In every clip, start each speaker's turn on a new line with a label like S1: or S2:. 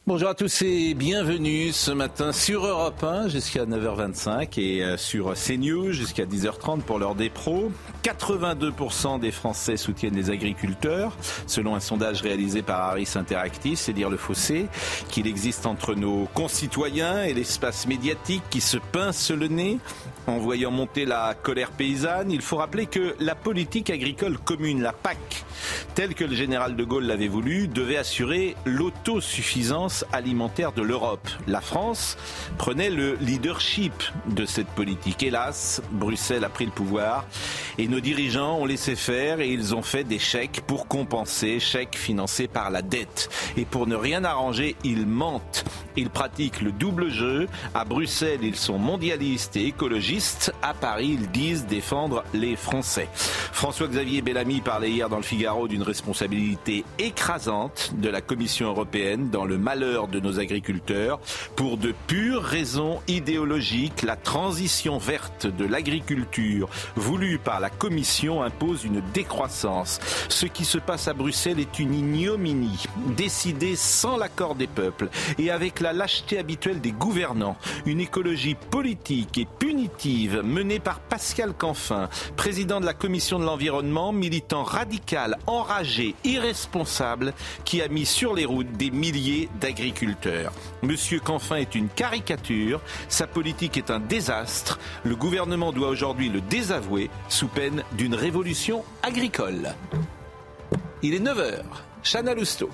S1: Bonjour à tous et bienvenue ce matin sur Europe 1 jusqu'à 9h25 et sur CNews jusqu'à 10h30 pour l'heure des pros. 82% des Français soutiennent les agriculteurs. Selon un sondage réalisé par Harris Interactive, c'est dire le fossé qu'il existe entre nos concitoyens et l'espace médiatique qui se pince le nez en voyant monter la colère paysanne. Il faut rappeler que la politique agricole commune, la PAC, telle que le général de Gaulle l'avait voulu, devait assurer l'autosuffisance alimentaire de l'Europe. La France prenait le leadership de cette politique. Hélas, Bruxelles a pris le pouvoir et nos dirigeants ont laissé faire et ils ont fait des chèques pour compenser, chèques financés par la dette. Et pour ne rien arranger, ils mentent. Ils pratiquent le double jeu. À Bruxelles, ils sont mondialistes et écologistes. À Paris, ils disent défendre les Français. François-Xavier Bellamy parlait hier dans le Figaro d'une responsabilité écrasante de la Commission européenne dans le malheur de nos agriculteurs. Pour de pures raisons idéologiques, la transition verte de l'agriculture voulue par la Commission impose une décroissance. Ce qui se passe à Bruxelles est une ignominie, décidée sans l'accord des peuples et avec la lâcheté habituelle des gouvernants. Une écologie politique et punitive menée par Pascal Canfin, président de la Commission de l'environnement, militant radical, enragé, irresponsable, qui a mis sur les routes des milliers d'agriculteurs. Monsieur Canfin est une caricature, sa politique est un désastre. Le gouvernement doit aujourd'hui le désavouer sous peine d'une révolution agricole. Il est 9h. Chana Lousteau.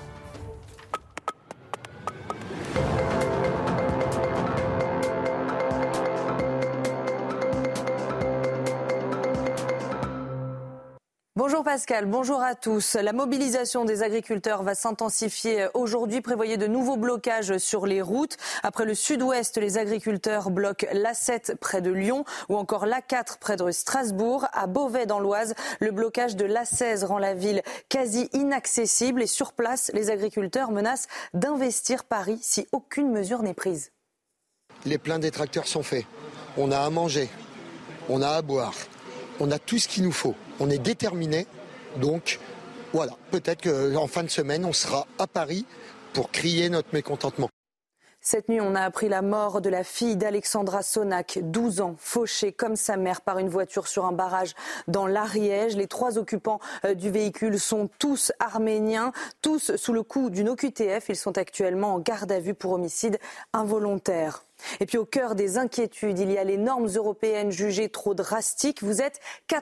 S2: Bonjour Pascal, bonjour à tous. La mobilisation des agriculteurs va s'intensifier aujourd'hui. Prévoyez de nouveaux blocages sur les routes. Après le sud-ouest, les agriculteurs bloquent l'A7 près de Lyon ou encore l'A4 près de Strasbourg. À Beauvais dans l'Oise, le blocage de l'A16 rend la ville quasi inaccessible et sur place, les agriculteurs menacent d'investir Paris si aucune mesure n'est prise.
S3: Les pleins des tracteurs sont faits. On a à manger, on a à boire, on a tout ce qu'il nous faut. On est déterminés, donc voilà, peut-être qu'en fin de semaine, on sera à Paris pour crier notre mécontentement.
S2: Cette nuit, on a appris la mort de la fille d'Alexandra Sonac, 12 ans, fauchée comme sa mère par une voiture sur un barrage dans l'Ariège. Les 3 occupants du véhicule sont tous arméniens, tous sous le coup d'une OQTF. Ils sont actuellement en garde à vue pour homicide involontaire. Et puis au cœur des inquiétudes, il y a les normes européennes jugées trop drastiques. Vous êtes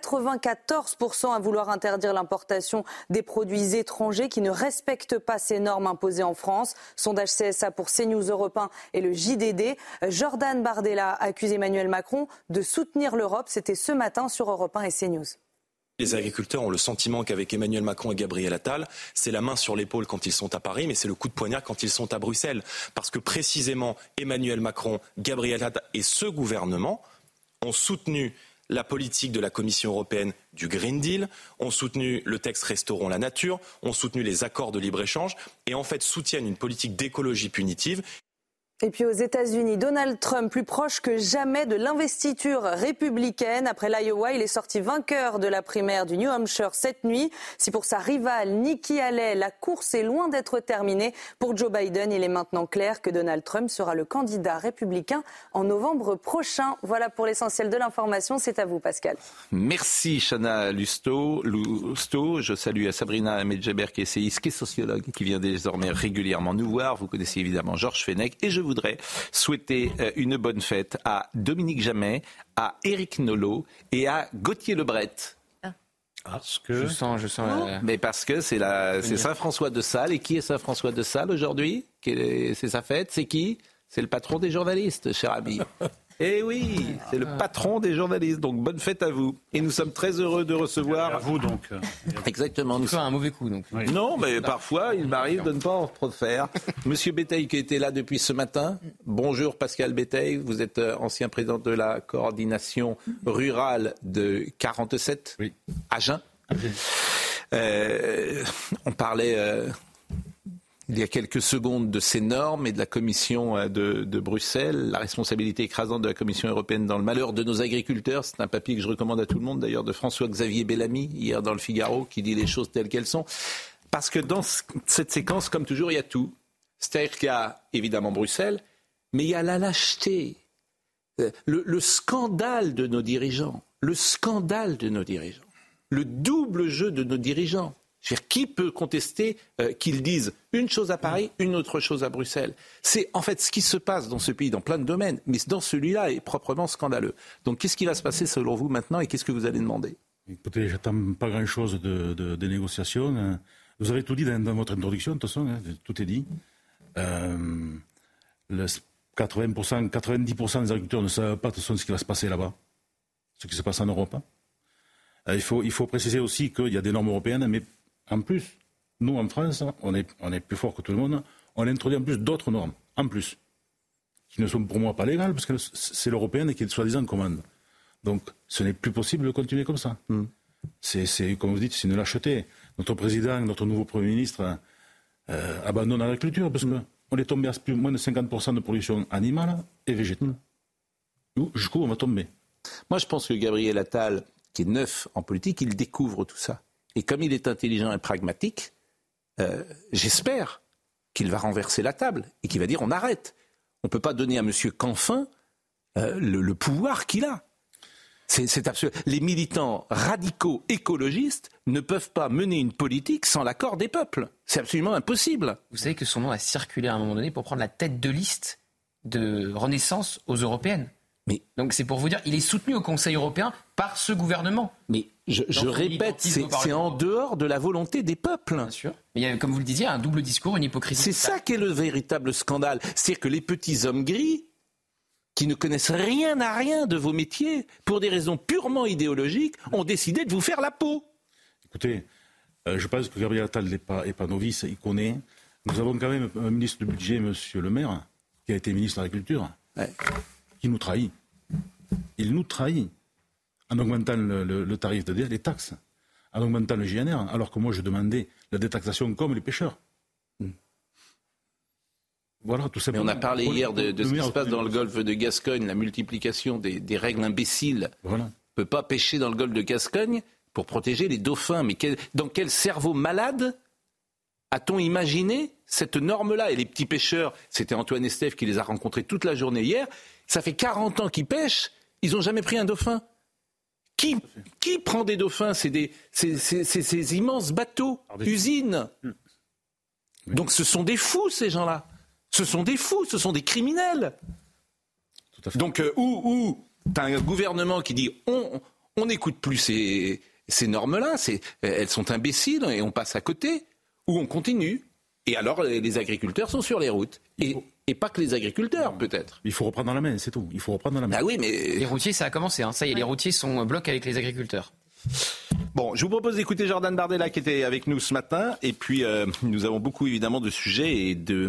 S2: 94% à vouloir interdire l'importation des produits étrangers qui ne respectent pas ces normes imposées en France. Sondage CSA pour CNews Europe 1 et le JDD. Jordan Bardella accuse Emmanuel Macron de soutenir l'Europe. C'était ce matin sur Europe 1 et CNews.
S4: Les agriculteurs ont le sentiment qu'avec Emmanuel Macron et Gabriel Attal, c'est la main sur l'épaule quand ils sont à Paris, mais c'est le coup de poignard quand ils sont à Bruxelles. Parce que précisément, Emmanuel Macron, Gabriel Attal et ce gouvernement ont soutenu la politique de la Commission européenne du Green Deal, ont soutenu le texte Restaurons la nature, ont soutenu les accords de libre-échange et en fait soutiennent une politique d'écologie punitive.
S2: Et puis aux États-Unis, Donald Trump plus proche que jamais de l'investiture républicaine. Après l'Iowa, il est sorti vainqueur de la primaire du New Hampshire cette nuit. Si pour sa rivale Nikki Haley, la course est loin d'être terminée, pour Joe Biden, il est maintenant clair que Donald Trump sera le candidat républicain en novembre prochain. Voilà pour l'essentiel de l'information. C'est à vous, Pascal.
S1: Merci, Chana Lousteau. Je salue Sabrina Medjeber, qui est essayiste, qui est sociologue, qui vient désormais régulièrement nous voir. Vous connaissez évidemment Georges Fenech. Et je voudrais souhaiter une bonne fête à Dominique Jamet, à Éric Nolot et à Gauthier Lebret.
S5: Parce que... Je sens
S1: Mais parce que c'est Saint-François de Sales. Et qui est Saint-François de Sales aujourd'hui ? C'est sa fête. C'est qui ? C'est le patron des journalistes, cher ami. Eh oui, c'est le patron des journalistes. Donc bonne fête à vous. Et nous sommes très heureux de recevoir...
S5: À vous donc.
S1: Exactement.
S6: C'est un mauvais coup donc.
S5: Oui.
S1: Non, mais parfois il m'arrive de ne pas en faire. Monsieur Béteille qui était là depuis ce matin. Bonjour Pascal Béteille, vous êtes ancien président de la coordination rurale de 47, oui. Agen. On parlait... il y a quelques secondes de ces normes et de la Commission de Bruxelles, la responsabilité écrasante de la Commission européenne dans le malheur de nos agriculteurs. C'est un papier que je recommande à tout le monde, d'ailleurs, de François-Xavier Bellamy, hier dans le Figaro, qui dit les choses telles qu'elles sont. Parce que dans cette séquence, comme toujours, il y a tout. C'est-à-dire qu'il y a évidemment Bruxelles, mais il y a la lâcheté, le scandale de nos dirigeants, le double jeu de nos dirigeants. C'est-à-dire, qui peut contester qu'ils disent une chose à Paris, une autre chose à Bruxelles ? C'est en fait ce qui se passe dans ce pays, dans plein de domaines, mais dans celui-là est proprement scandaleux. Donc qu'est-ce qui va se passer selon vous maintenant et qu'est-ce que vous allez demander ?
S6: Écoutez, j'attends pas grand-chose des négociations. Vous avez tout dit dans votre introduction, de toute façon, tout est dit. 90% des agriculteurs ne savent pas de toute façon ce qui va se passer là-bas, ce qui se passe en Europe. Il faut préciser aussi qu'il y a des normes européennes, mais en plus, nous en France, on est plus fort que tout le monde, on a introduit en plus d'autres normes, en plus, qui ne sont pour moi pas légales, parce que c'est l'européenne qui est soi-disant commande. Donc ce n'est plus possible de continuer comme ça. C'est, comme vous dites, c'est une lâcheté. Notre président, notre nouveau Premier ministre abandonne l'agriculture, parce qu'on est tombé à moins de 50% de production animale et végétale. Jusqu'où on va tomber ?
S1: Moi je pense que Gabriel Attal, qui est neuf en politique, il découvre tout ça. Et comme il est intelligent et pragmatique, j'espère qu'il va renverser la table et qu'il va dire on arrête. On ne peut pas donner à M. Canfin le pouvoir qu'il a. C'est absurde. Les militants radicaux écologistes ne peuvent pas mener une politique sans l'accord des peuples. C'est absolument impossible.
S5: Vous savez que son nom a circulé à un moment donné pour prendre la tête de liste de Renaissance aux européennes. Donc c'est pour vous dire, il est soutenu au Conseil européen par ce gouvernement.
S1: Mais je répète, c'est en dehors de la volonté des peuples.
S5: Bien sûr. Mais il y a, comme vous le disiez, un double discours, une hypocrisie.
S1: C'est ça qui est le véritable scandale. C'est-à-dire que les petits hommes gris, qui ne connaissent rien à rien de vos métiers, pour des raisons purement idéologiques, ont décidé de vous faire la peau.
S6: Écoutez, je pense que Gabriel Attal n'est pas novice, il connaît. Nous avons quand même un ministre du budget, M. Le Maire, qui a été ministre de l'Agriculture, qui nous trahit. Il nous trahit en augmentant le tarif les taxes, en augmentant le GNR, alors que moi je demandais la détaxation comme les pêcheurs. Voilà, tout simplement.
S1: Mais on a parlé hier de ce qui se passe dans le golfe de Gascogne, la multiplication des règles imbéciles. Voilà. On ne peut pas pêcher dans le golfe de Gascogne pour protéger les dauphins. Mais dans quel cerveau malade a-t-on imaginé cette norme-là ? Et les petits pêcheurs, c'était Antoine Estève qui les a rencontrés toute la journée hier, ça fait 40 ans qu'ils pêchent, ils n'ont jamais pris un dauphin. Qui prend des dauphins ? C'est ces immenses bateaux, usines. Oui. Donc ce sont des fous, ces gens-là. Ce sont des fous, ce sont des criminels. Tout à fait. Donc où tu as un gouvernement qui dit on n'écoute plus ces normes-là, elles sont imbéciles et on passe à côté, ou on continue. Et alors les agriculteurs sont sur les routes. Et pas que les agriculteurs, peut-être.
S6: Il faut reprendre la main, c'est tout. Il faut reprendre la main.
S1: Ah oui, mais
S5: les routiers, ça a commencé. Ça y est, les routiers sont bloqués avec les agriculteurs.
S1: Bon, je vous propose d'écouter Jordan Bardella qui était avec nous ce matin. Et puis, nous avons beaucoup, évidemment, de sujets et de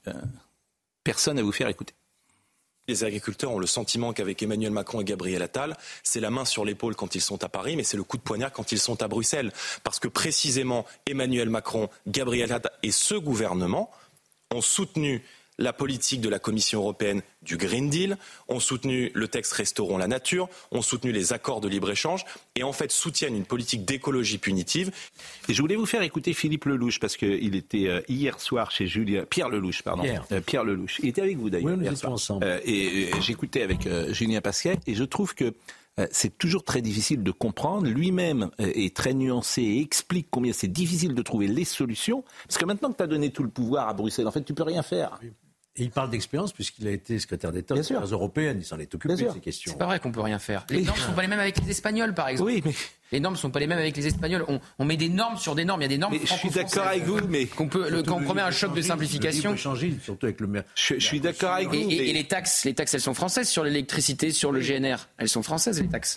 S1: personnes à vous faire écouter.
S4: Les agriculteurs ont le sentiment qu'avec Emmanuel Macron et Gabriel Attal, c'est la main sur l'épaule quand ils sont à Paris, mais c'est le coup de poignard quand ils sont à Bruxelles. Parce que précisément, Emmanuel Macron, Gabriel Attal et ce gouvernement ont soutenu la politique de la Commission européenne du Green Deal, ont soutenu le texte Restaurons la nature, ont soutenu les accords de libre-échange et en fait soutiennent une politique d'écologie punitive.
S1: Et je voulais vous faire écouter Philippe Lelouch parce qu'il était hier soir chez Pierre Lelouch, pardon. Pierre Lelouch. Il était avec vous d'ailleurs.
S7: Oui, nous étions ensemble.
S1: Et j'écoutais avec Julien Pasquet et je trouve que c'est toujours très difficile de comprendre. Lui-même est très nuancé et explique combien c'est difficile de trouver les solutions. Parce que maintenant que tu as donné tout le pouvoir à Bruxelles, en fait, tu peux rien faire.
S7: Oui. Et il parle d'expérience puisqu'il a été secrétaire d'État aux Affaires européennes. Il s'en est occupé de ces questions.
S5: C'est pas vrai qu'on peut rien faire. Les normes ne sont pas les mêmes avec les Espagnols, par exemple.
S1: Oui, mais
S5: les normes ne sont pas les mêmes avec les Espagnols. On met des normes sur des normes. Il y a des normes.
S1: Mais je suis d'accord avec vous, mais
S5: quand on promet un choc de simplification.
S7: Surtout avec le maire.
S1: Je suis d'accord avec vous.
S5: Et les taxes, elles sont françaises sur l'électricité, sur le GNR. Elles sont françaises, les taxes.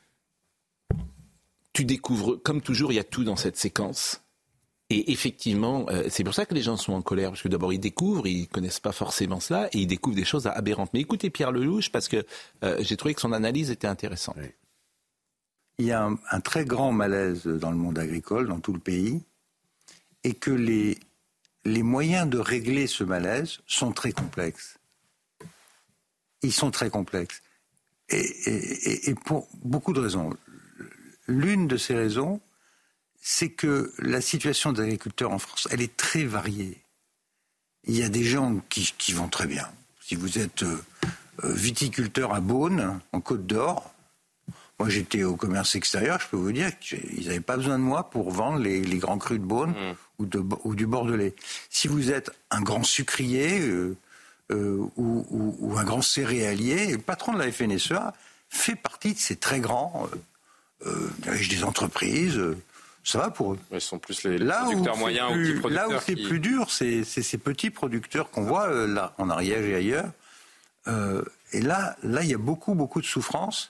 S1: Tu découvres, comme toujours, il y a tout dans cette séquence. Et effectivement, c'est pour ça que les gens sont en colère, parce que d'abord ils découvrent, ils connaissent pas forcément cela, et ils découvrent des choses aberrantes. Mais écoutez Pierre Lelouch, parce que j'ai trouvé que son analyse était intéressante.
S8: Oui. Il y a un très grand malaise dans le monde agricole, dans tout le pays, et que les moyens de régler ce malaise sont très complexes. Ils sont très complexes. Et pour beaucoup de raisons. L'une de ces raisons, c'est que la situation des agriculteurs en France, elle est très variée. il y a des gens qui vont très bien. Si vous êtes viticulteur à Beaune, en Côte d'Or, moi j'étais au commerce extérieur, je peux vous dire qu'ils n'avaient pas besoin de moi pour vendre les grands crus de Beaune ou du Bordelais. Si vous êtes un grand sucrier ou un grand céréalier, le patron de la FNSEA fait partie de ces très grands dirigeants des entreprises. Ça va pour eux.
S4: Ils sont plus les producteurs moyens ou petits producteurs.
S8: Là où c'est plus dur, c'est ces petits producteurs qu'on voit là, en Ariège et ailleurs. Et là, il y a beaucoup de souffrance.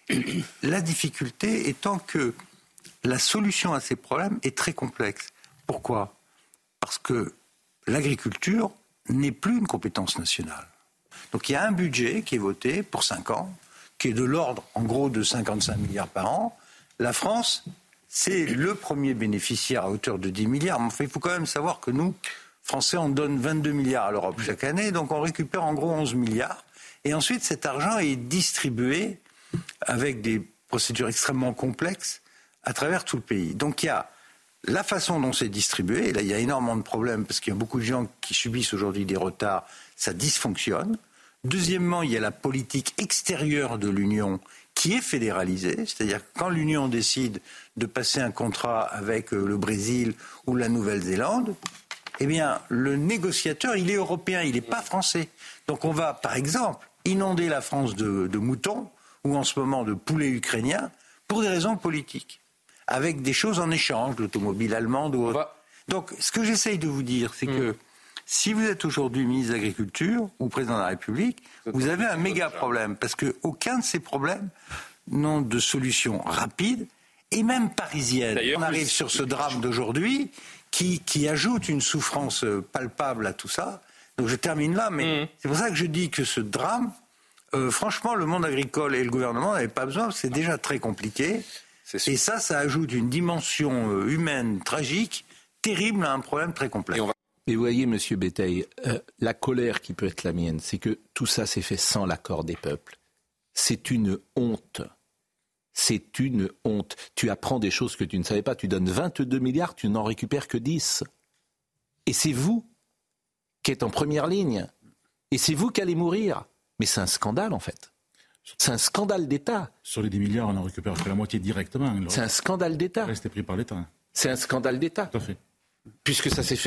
S8: La difficulté étant que la solution à ces problèmes est très complexe. Pourquoi ? Parce que l'agriculture n'est plus une compétence nationale. Donc il y a un budget qui est voté pour 5 ans, qui est de l'ordre, en gros, de 55 milliards par an. La France, c'est le premier bénéficiaire à hauteur de 10 milliards. Mais enfin, il faut quand même savoir que nous, Français, on donne 22 milliards à l'Europe chaque année, donc on récupère en gros 11 milliards. Et ensuite, cet argent est distribué avec des procédures extrêmement complexes à travers tout le pays. Donc il y a la façon dont c'est distribué, et là il y a énormément de problèmes parce qu'il y a beaucoup de gens qui subissent aujourd'hui des retards, ça dysfonctionne. Deuxièmement, il y a la politique extérieure de l'Union qui est fédéralisée, c'est-à-dire que quand l'Union décide de passer un contrat avec le Brésil ou la Nouvelle-Zélande, eh bien le négociateur, il est européen, il n'est pas français. Donc on va, par exemple, inonder la France de moutons ou en ce moment de poulets ukrainiens pour des raisons politiques, avec des choses en échange, l'automobile allemande ou autre. Donc ce que j'essaye de vous dire, c'est que si vous êtes aujourd'hui ministre de l'Agriculture ou président de la République, vous avez un méga problème, parce qu'aucun de ces problèmes n'ont de solution rapide, et même parisienne. D'ailleurs, on arrive sur ce drame d'aujourd'hui qui ajoute une souffrance palpable à tout ça. Donc je termine là, mais c'est pour ça que je dis que ce drame, franchement, le monde agricole et le gouvernement n'avaient pas besoin, c'est déjà très compliqué. Et ça ajoute une dimension humaine tragique, terrible à un problème très complexe.
S1: Et vous voyez, Monsieur Béteille, la colère qui peut être la mienne, c'est que tout ça s'est fait sans l'accord des peuples. C'est une honte. C'est une honte. Tu apprends des choses que tu ne savais pas. Tu donnes 22 milliards, tu n'en récupères que 10. Et c'est vous qui êtes en première ligne. Et c'est vous qui allez mourir. Mais c'est un scandale, en fait. C'est un scandale d'État.
S6: Sur les 10 milliards, on en récupère que la moitié directement.
S1: C'est un scandale d'État.
S6: Le reste est pris par l'État.
S1: C'est un scandale d'État.
S6: Tout à fait.
S1: Puisque ça s'est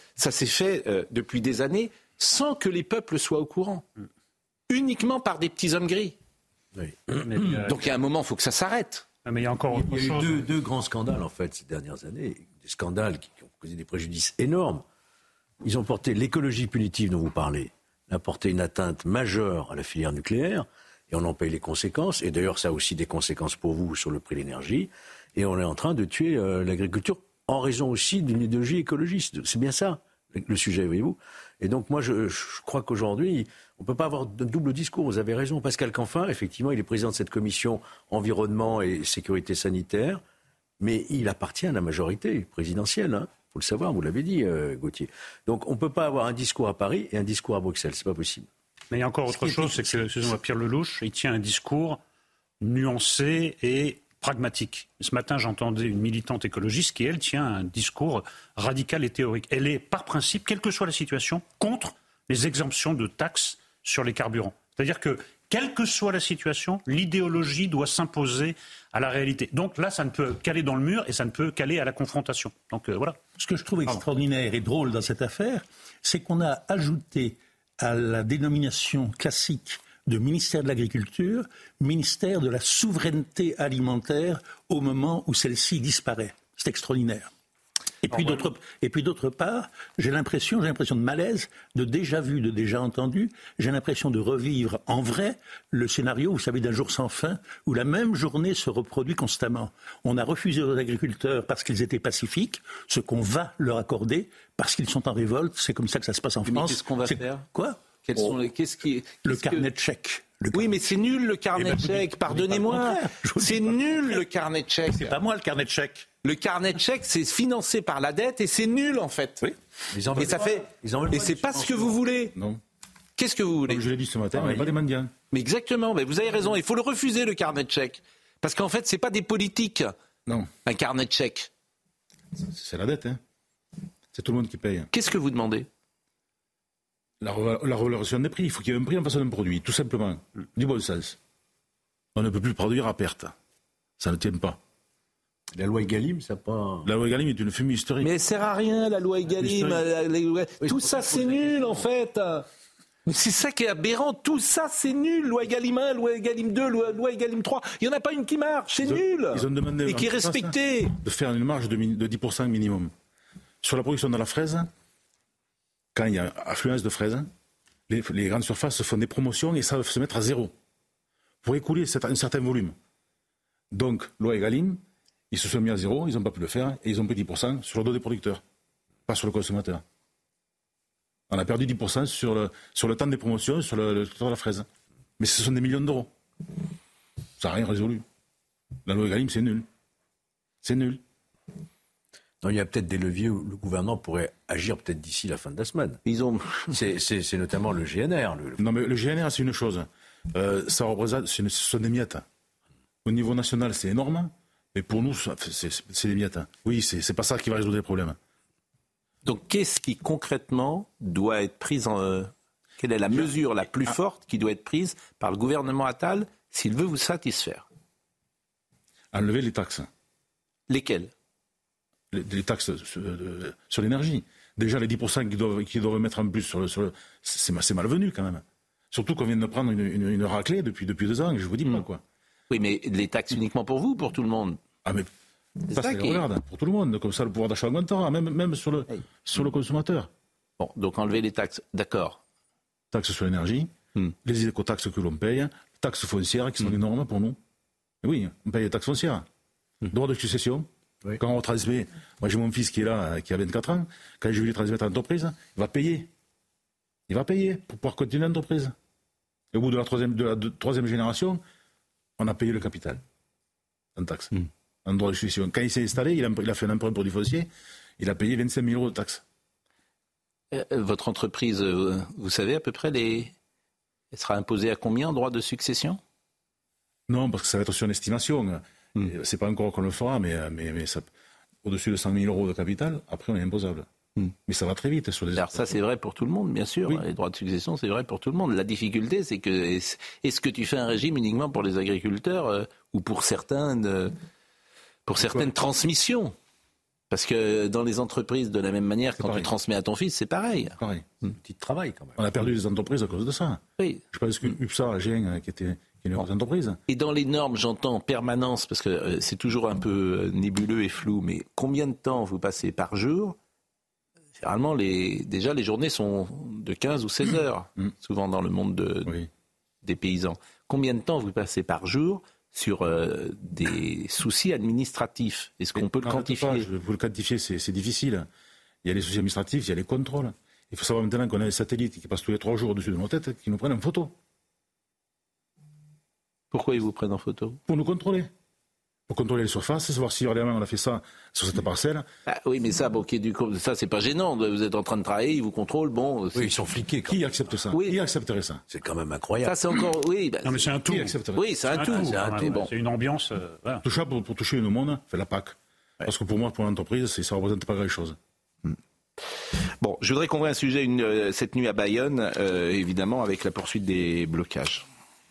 S1: fait, depuis des années sans que les peuples soient au courant. Uniquement par des petits hommes gris.
S7: Oui.
S1: Donc il y a un moment, il faut que ça s'arrête.
S7: Mais il y a encore autre chose. Il y a eu deux grands scandales, en fait, ces dernières années. Des scandales qui ont causé des préjudices énormes. Ils ont porté l'écologie punitive dont vous parlez, a porté une atteinte majeure à la filière nucléaire, et on en paye les conséquences. Et d'ailleurs, ça a aussi des conséquences pour vous sur le prix de l'énergie. Et on est en train de tuer l'agriculture en raison aussi d'une idéologie écologiste. C'est bien ça, le sujet, voyez-vous. Et donc moi, je crois qu'aujourd'hui, on ne peut pas avoir de double discours. Vous avez raison. Pascal Canfin, effectivement, il est président de cette commission environnement et sécurité sanitaire, mais il appartient à la majorité présidentielle. Il faut le savoir, vous l'avez dit, Gauthier. Donc on ne peut pas avoir un discours à Paris et un discours à Bruxelles. C'est pas possible.
S9: Mais il y a encore autre chose, c'est que, excusez-moi, Pierre Lelouch, il tient un discours nuancé et pragmatique. Ce matin, j'entendais une militante écologiste qui, elle, tient un discours radical et théorique. Elle est, par principe, quelle que soit la situation, contre les exemptions de taxes sur les carburants. C'est-à-dire que, quelle que soit la situation, l'idéologie doit s'imposer à la réalité. Donc là, ça ne peut qu'aller dans le mur et ça ne peut qu'aller à la confrontation. Donc voilà.
S10: Ce que je trouve extraordinaire et drôle dans cette affaire, c'est qu'on a ajouté à la dénomination classique de ministère de l'Agriculture, ministère de la souveraineté alimentaire au moment où celle-ci disparaît. C'est extraordinaire. Et puis d'autre part, j'ai l'impression de malaise, de déjà vu, de déjà entendu. J'ai l'impression de revivre en vrai le scénario, vous savez, d'un jour sans fin, où la même journée se reproduit constamment. On a refusé aux agriculteurs parce qu'ils étaient pacifiques, ce qu'on va leur accorder parce qu'ils sont en révolte. C'est comme ça que ça se passe en France.
S1: Mais qu'est-ce qu'on va faire ?
S10: Quoi ?
S1: Le
S10: carnet de chèques.
S1: Oui, mais c'est nul le carnet de chèques, pardonnez-moi. C'est nul le carnet de chèques.
S10: C'est pas moi le carnet de chèques.
S1: Le carnet de chèques, c'est financé par la dette et c'est nul en fait.
S10: Oui.
S1: Et ça fait. Et c'est pas ce que vous voulez.
S6: Non.
S1: Qu'est-ce que vous voulez ?
S6: Comme je l'ai dit ce matin, on n'est pas des mendiants.
S1: Mais exactement, mais vous avez raison. Il faut le refuser le carnet de chèques. Parce qu'en fait, c'est pas des politiques.
S6: Non.
S1: Un carnet de chèques.
S6: C'est la dette, hein. C'est tout le monde qui paye.
S1: Qu'est-ce que vous demandez ?
S6: La revalorisation des prix. Il faut qu'il y ait un prix en face d'un produit, tout simplement. Du bon sens. On ne peut plus produire à perte. Ça ne tient pas.
S7: La loi Egalim, ça pas...
S6: La loi Egalim est une fumée historique.
S1: Mais elle sert à rien, la loi Egalim. Tout ça, c'est nul, en fait. Mais c'est ça qui est aberrant. Tout ça, c'est nul. Loi Egalim 1, loi Egalim 2, loi Egalim 3. Il n'y en a pas une qui marche. C'est nul.
S6: Ils ont demandé
S1: et qui est respectée.
S6: De faire une marge de 10% minimum. Sur la production de la fraise, quand il y a affluence de fraises, les grandes surfaces font des promotions et savent se mettre à zéro pour écouler un certain volume. Donc, loi Egalim, ils se sont mis à zéro, ils n'ont pas pu le faire et ils ont pris 10% sur le dos des producteurs, pas sur le consommateur. On a perdu 10% sur le temps des promotions, sur le temps de la fraise. Mais ce sont des millions d'euros. Ça n'a rien résolu. La loi Egalim, c'est nul. C'est nul.
S7: Non, il y a peut-être des leviers où le gouvernement pourrait agir peut-être d'ici la fin de la semaine. C'est notamment le GNR.
S6: Non, mais le GNR, c'est une chose. Ça représente, ce sont des miettes. Au niveau national, c'est énorme, mais pour nous, c'est des miettes. Oui, c'est pas ça qui va résoudre les problèmes.
S1: Donc, qu'est-ce qui concrètement doit être pris quelle est la mesure la plus forte qui doit être prise par le gouvernement Attal s'il veut vous satisfaire?
S6: Enlever les taxes.
S1: Lesquelles?
S6: Les taxes sur l'énergie. Déjà, les 10% qu'ils doivent mettre en plus c'est malvenu quand même. Surtout qu'on vient de prendre une raclée depuis 2 ans, je vous dis pas quoi.
S1: Oui, mais les taxes uniquement pour vous, pour tout le monde?
S6: Ah, mais ça, c'est regarde, pour tout le monde. Comme ça, le pouvoir d'achat augmentera, même sur le consommateur.
S1: Bon, donc enlever les taxes, d'accord.
S6: Taxes sur l'énergie, les écotaxes que l'on paye, taxes foncières qui sont énormes pour nous. Et oui, on paye les taxes foncières. Droit de succession. Oui. Quand on retransmet, moi j'ai mon fils qui est là, qui a 24 ans, quand je vais lui transmettre à l'entreprise, il va payer. Il va payer pour pouvoir continuer l'entreprise. Et au bout de la troisième génération, on a payé le capital en taxes, en droit de succession. Quand il s'est installé, il a fait un emprunt pour du foncier, il a payé 25 000 euros de taxes.
S1: Votre entreprise, vous savez à peu près, elle sera imposée à combien en droit de succession?
S6: Non, parce que ça va être sur une estimation. C'est pas encore qu'on le fera, mais ça, au-dessus de 100 000 euros de capital, après on est imposable. Mais ça va très vite.
S1: Alors ça c'est vrai pour tout le monde, bien sûr. Oui. Les droits de succession, c'est vrai pour tout le monde. La difficulté, c'est que est-ce que tu fais un régime uniquement pour les agriculteurs ou pour certaines transmissions? Parce que dans les entreprises, de la même manière, quand tu transmets à ton fils, c'est pareil.
S7: Pareil. C'est un petit travail quand même.
S6: On a perdu les entreprises à cause de ça.
S1: Oui.
S6: Je pense que UPSA, Agen, qui était une grosse entreprise.
S1: Et dans les normes, j'entends permanence, parce que c'est toujours un peu nébuleux et flou, mais combien de temps vous passez par jour? Généralement, déjà, les journées sont de 15 ou 16 heures, souvent dans le monde des paysans. Combien de temps vous passez par jour sur des soucis administratifs? Est-ce qu'on peut le quantifier?
S6: Vous le quantifier, c'est difficile. Il y a les soucis administratifs, il y a les contrôles. Il faut savoir maintenant qu'on a des satellites qui passent tous les 3 jours au-dessus de nos têtes, qui nous prennent en photo.
S1: Pourquoi ils vous prennent en photo?
S6: Pour nous contrôler. Pour contrôler les surfaces, savoir si réellement on a fait ça sur cette parcelle.
S1: Ah, oui, mais ça, ça c'est pas gênant. Vous êtes en train de travailler, ils vous contrôlent. Bon,
S7: oui, ils sont fliqués.
S6: Qui accepte ça? Qui accepterait ça?
S7: C'est quand même incroyable.
S1: Ça, c'est encore. Oui,
S9: non, mais c'est un tout.
S1: Oui, c'est un tout.
S9: C'est une ambiance. Voilà.
S6: Tout ça pour toucher le monde, fait la PAC. Ouais. Parce que pour moi, pour l'entreprise, ça ne représente pas grand-chose.
S1: Bon, je voudrais qu'on voit un sujet cette nuit à Bayonne, évidemment, avec la poursuite des blocages.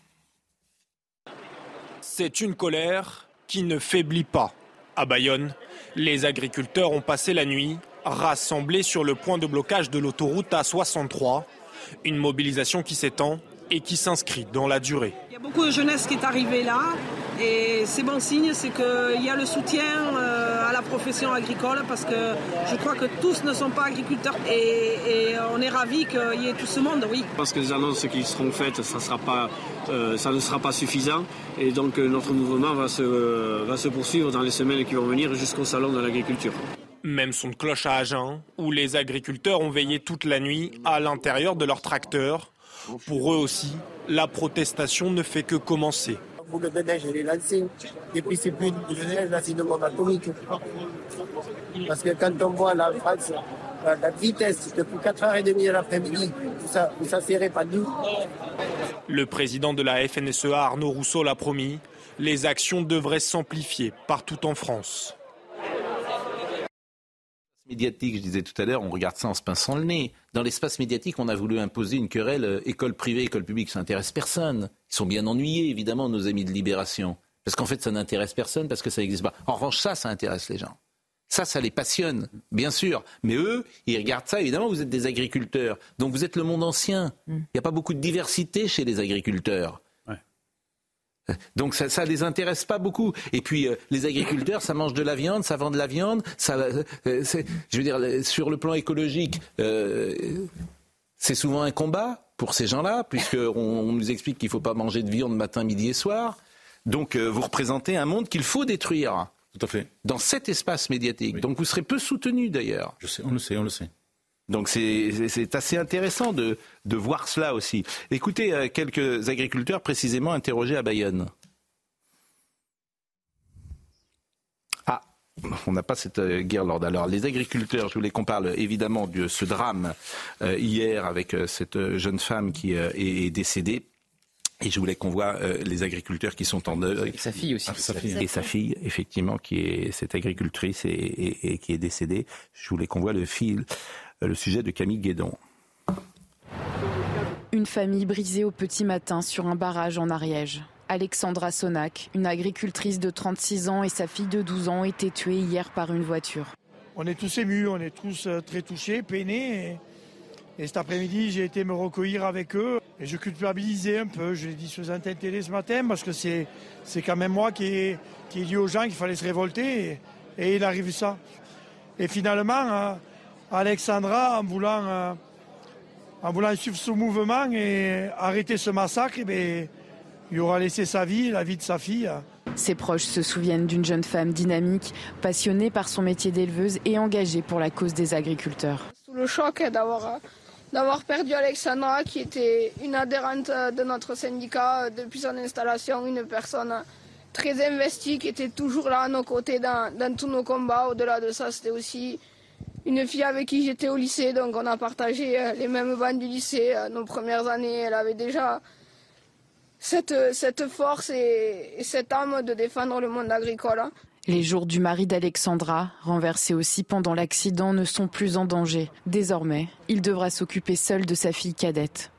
S11: C'est une colère qui ne faiblit pas. À Bayonne, les agriculteurs ont passé la nuit rassemblés sur le point de blocage de l'autoroute A63. Une mobilisation qui s'étend et qui s'inscrit dans la durée.
S12: Il y a beaucoup de jeunesse qui est arrivée là et c'est bon signe, c'est qu'il y a le soutien à la profession agricole parce que je crois que tous ne sont pas agriculteurs et on est ravis qu'il y ait tout ce monde, oui.
S13: Parce que les annonces qui seront faites, ça ne sera pas suffisant et donc notre mouvement va se poursuivre dans les semaines qui vont venir jusqu'au salon de l'agriculture.
S11: Même son de cloche à Agen, où les agriculteurs ont veillé toute la nuit à l'intérieur de leurs tracteurs. Pour eux aussi, la protestation ne fait que commencer.
S14: La boule de neige, elle est lancée. Et puis c'est plus une boule de neige, là c'est une bombe atomique. Parce que quand on voit la France, la vitesse depuis 4h30 de l'après-midi, où ça s'est répandu.
S11: Le président de la FNSEA, Arnaud Rousseau, l'a promis, les actions devraient s'amplifier partout en France.
S1: Médiatique, je disais tout à l'heure, on regarde ça en se pinçant le nez. Dans l'espace médiatique, on a voulu imposer une querelle école privée, école publique. Ça n'intéresse personne. Ils sont bien ennuyés, évidemment, nos amis de Libération. Parce qu'en fait, ça n'intéresse personne, parce que ça n'existe pas. En revanche, ça intéresse les gens. Ça les passionne, bien sûr. Mais eux, ils regardent ça. Évidemment, vous êtes des agriculteurs. Donc vous êtes le monde ancien. Il n'y a pas beaucoup de diversité chez les agriculteurs. Donc ça les intéresse pas beaucoup. Et puis les agriculteurs, ça mange de la viande, ça vend de la viande. Je veux dire, sur le plan écologique, c'est souvent un combat pour ces gens-là, puisqu'on nous explique qu'il ne faut pas manger de viande matin, midi et soir. Donc vous représentez un monde qu'il faut détruire.
S6: Tout à fait.
S1: Dans cet espace médiatique. Oui. Donc vous serez peu soutenu d'ailleurs.
S6: Je sais, on le sait.
S1: Donc c'est assez intéressant de voir cela aussi. Écoutez quelques agriculteurs précisément interrogés à Bayonne. Ah, on n'a pas cette guirlande. Alors les agriculteurs, je voulais qu'on parle évidemment de ce drame hier avec cette jeune femme qui est décédée. Et je voulais qu'on voit les agriculteurs qui sont en deuil.
S5: Et sa fille aussi.
S1: Et sa fille, effectivement, qui est cette agricultrice et qui est décédée. Je voulais qu'on voit le sujet de Camille Guédon.
S15: Une famille brisée au petit matin sur un barrage en Ariège. Alexandra Sonac, une agricultrice de 36 ans et sa fille de 12 ans ont été tuées hier par une voiture.
S16: On est tous émus, on est tous très touchés, peinés. Et cet après-midi, j'ai été me recueillir avec eux. Et je culpabilisais un peu. Je l'ai dit sur Antenne Télé ce matin parce que c'est quand même moi qui ai dit aux gens qu'il fallait se révolter. Et il arrive ça. Et finalement, Alexandra, en voulant suivre ce mouvement et arrêter ce massacre, il aura laissé sa vie, la vie de sa fille.
S15: Ses proches se souviennent d'une jeune femme dynamique, passionnée par son métier d'éleveuse et engagée pour la cause des agriculteurs.
S17: Sous le choc d'avoir perdu Alexandra, qui était une adhérente de notre syndicat depuis son installation, une personne très investie, qui était toujours là à nos côtés dans tous nos combats. Au-delà de ça, c'était aussi une fille avec qui j'étais au lycée, donc on a partagé les mêmes bancs du lycée. Nos premières années, elle avait déjà cette force et cette âme de défendre le monde agricole.
S15: Les jours du mari d'Alexandra, renversé aussi pendant l'accident, ne sont plus en danger. Désormais, il devra s'occuper seul de sa fille cadette.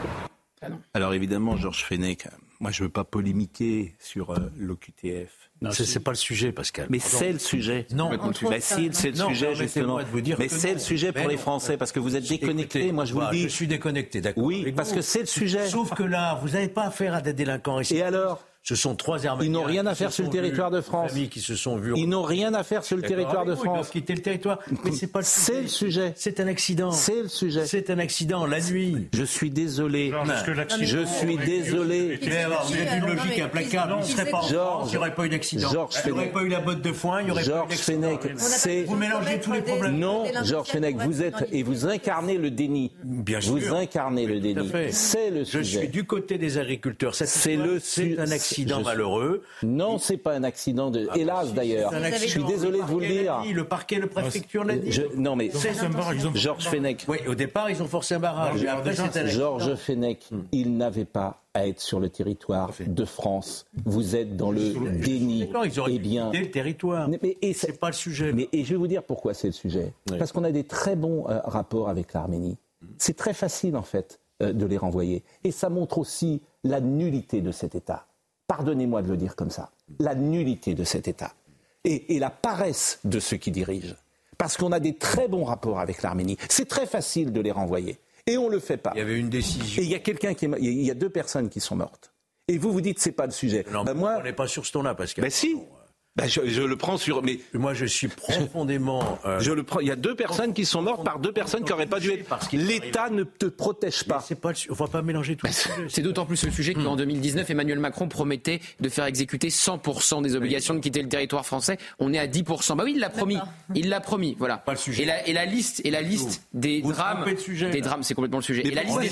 S1: Alors évidemment, Georges Fenech, moi je ne veux pas polémiquer sur l'OQTF.
S7: Non, c'est pas le sujet, Pascal.
S1: Mais c'est le sujet.
S7: Non,
S1: c'est le sujet, justement. Mais c'est le sujet pour les Français, parce que vous êtes déconnectés. Moi, je vous le dis.
S7: Je suis déconnecté, d'accord.
S1: Oui, parce que c'est le sujet.
S7: Sauf que là, vous n'avez pas affaire à des délinquants ici.
S1: Et alors ?
S7: Ce sont 3 armées.
S1: Ils n'ont rien à faire sur le territoire de France.
S7: Qui se sont vus.
S1: Ils n'ont rien à faire sur le territoire de France.
S7: Ils doivent quitter le territoire. Mais c'est pas le sujet.
S1: C'est le sujet.
S7: C'est un accident.
S1: C'est le sujet.
S7: C'est un accident, la nuit.
S1: Je suis désolé. Je suis désolé.
S7: Vous avez une logique implacable. Il ne serait pas en France, il n'y aurait pas eu d'accident. Il n'y aurait pas eu la botte de foin, il n'y aurait pas eu d'accident. Vous mélangez tous les problèmes.
S1: Non, Georges Fenech, vous êtes et vous incarnez le déni.
S7: Bien sûr.
S1: Vous incarnez le déni. C'est le sujet.
S7: Je suis du côté des agriculteurs. C'est un accident malheureux.
S1: Non, c'est pas un accident. Hélas d'ailleurs. Je suis désolé de vous le dire.
S7: Le parquet, le préfecture l'a dit.
S1: Non mais Georges Fenech.
S7: Oui, au départ ils ont forcé un barrage.
S1: Georges Fenech, il n'avait pas à être sur le territoire de France. Vous êtes dans le déni.
S7: Ils auraient
S1: bien
S7: quitté le territoire. C'est pas le sujet.
S1: Et je vais vous dire pourquoi c'est le sujet. Parce qu'on a des très bons rapports avec l'Arménie. C'est très facile en fait de les renvoyer. Et ça montre aussi la nullité de cet État. Pardonnez-moi de le dire comme ça, la nullité de cet État et la paresse de ceux qui dirigent. Parce qu'on a des très bons rapports avec l'Arménie. C'est très facile de les renvoyer. Et on ne le fait pas.
S7: Il y avait une décision.
S1: Et il y a 2 personnes qui sont mortes. Et vous dites, c'est pas le sujet.
S7: Non, moi, on n'est pas sur ce ton-là, Pascal.
S1: Ben si. Je le prends sur. Mais
S7: moi, je suis profondément.
S1: Je le prends. Il y a 2 personnes qui sont mortes par 2 personnes qui n'auraient pas dû être. L'État ne te protège pas.
S7: On ne va pas mélanger tout.
S5: C'est d'autant plus le sujet qu'en 2019, Emmanuel Macron promettait de faire exécuter 100% des obligations de quitter le territoire français. On est à 10%. Bah oui, il l'a promis. Il l'a promis. Voilà.
S7: Pas le sujet.
S5: Et la liste des drames. Des drames, c'est complètement le sujet. Et la liste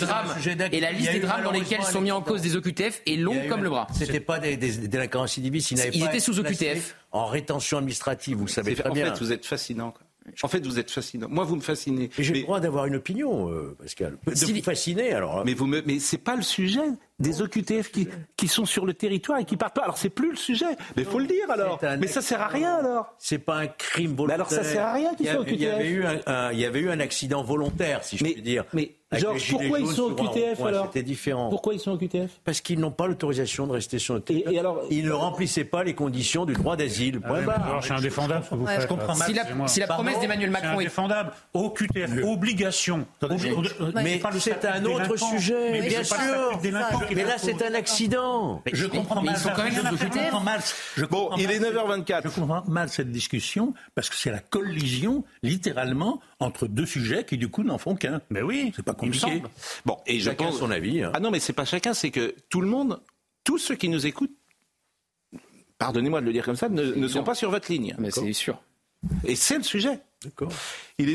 S5: des drames dans lesquels sont mis en cause des OQTF est longue comme le bras.
S7: C'était pas des délinquants récidivistes.
S5: Ils étaient sous OQTF.
S7: En rétention administrative, vous le savez très bien.
S1: En fait, vous êtes fascinant. En fait, vous êtes fascinant. Moi, vous me fascinez.
S7: J'ai le droit d'avoir une opinion, Pascal. De vous fasciner, alors.
S1: Mais c'est pas le sujet des OQTF qui sont sur le territoire et qui partent pas. Alors, c'est plus le sujet. Mais il faut le dire, alors. Mais ça sert à rien, alors.
S7: C'est pas un crime volontaire.
S1: Mais alors, ça sert à rien qu'ils soient OQTF.
S7: Il y avait eu un accident volontaire, si je puis dire.
S1: Mais Georges, pourquoi ils sont OQTF, alors?
S7: C'était différent.
S1: Pourquoi ils sont OQTF?
S7: Parce qu'ils n'ont pas l'autorisation de rester sur le territoire. Et alors, ils ne remplissaient pas les conditions du droit d'asile. Point barre.
S9: C'est indéfendable ce que vous faites.
S10: Je comprends mal.
S5: Si la promesse d'Emmanuel Macron
S9: est indéfendable, OQTF, obligation.
S7: Mais c'est un autre sujet, mais bien sûr. Mais là, c'est un accident.
S10: Je comprends mal.
S5: Ils sont quand même
S1: Bon, il est 9h24.
S10: Je comprends mal cette discussion parce que c'est la collision, littéralement, entre deux sujets qui, du coup, n'en font qu'un.
S9: Mais oui,
S10: c'est pas compliqué.
S1: Bon, et je pense
S7: son avis.
S1: Ah non, mais c'est pas chacun, c'est que tout le monde, tous ceux qui nous écoutent, pardonnez-moi de le dire comme ça, ne sont pas sur votre ligne.
S5: Mais c'est sûr.
S1: Et c'est le sujet.
S7: D'accord.
S1: Il est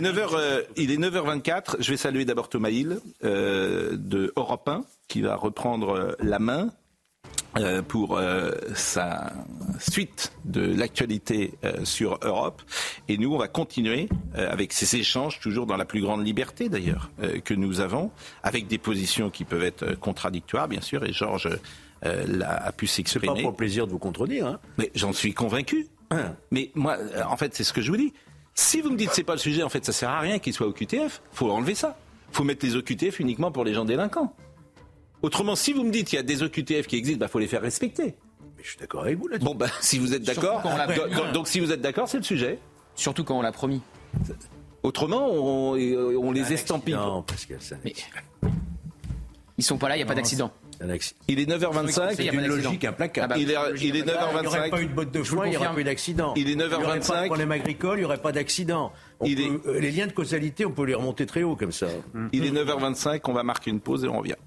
S1: 9h24. Je vais saluer d'abord Thomas Hill de Europe 1 qui va reprendre la main pour sa suite de l'actualité sur Europe. Et nous, on va continuer avec ces échanges, toujours dans la plus grande liberté d'ailleurs que nous avons, avec des positions qui peuvent être contradictoires, bien sûr, et Georges a pu s'exprimer.
S7: C'est pas pour le plaisir de vous contredire. Hein.
S1: Mais j'en suis convaincu. Mais moi, en fait, c'est ce que je vous dis. Si vous me dites que c'est pas le sujet, en fait, ça sert à rien qu'il soit au QTF. Faut enlever ça. Faut mettre les OQTF uniquement pour les gens délinquants. Autrement, si vous me dites qu'il y a des OQTF qui existent, faut les faire respecter.
S7: Mais je suis d'accord avec vous là-dessus.
S1: Bon, si vous êtes d'accord, donc si vous êtes d'accord, c'est le sujet.
S5: Surtout quand on l'a promis.
S1: Autrement, on les estampille.
S7: Non, Pascal, ça.
S5: Mais ils sont pas là, il n'y a pas d'accident.
S1: Il est 9h25.
S7: C'est une logique implacable.
S1: Il est 9h25.
S7: Il n'y aurait pas eu de botte de foin, il n'y aurait pas eu d'accident.
S1: Il est 9h25.
S7: Il n'y aurait pas de problème agricole, il n'y aurait pas d'accident. Les liens de causalité, on peut les remonter très haut comme ça.
S1: Il est 9h25, on va marquer une pause et on revient.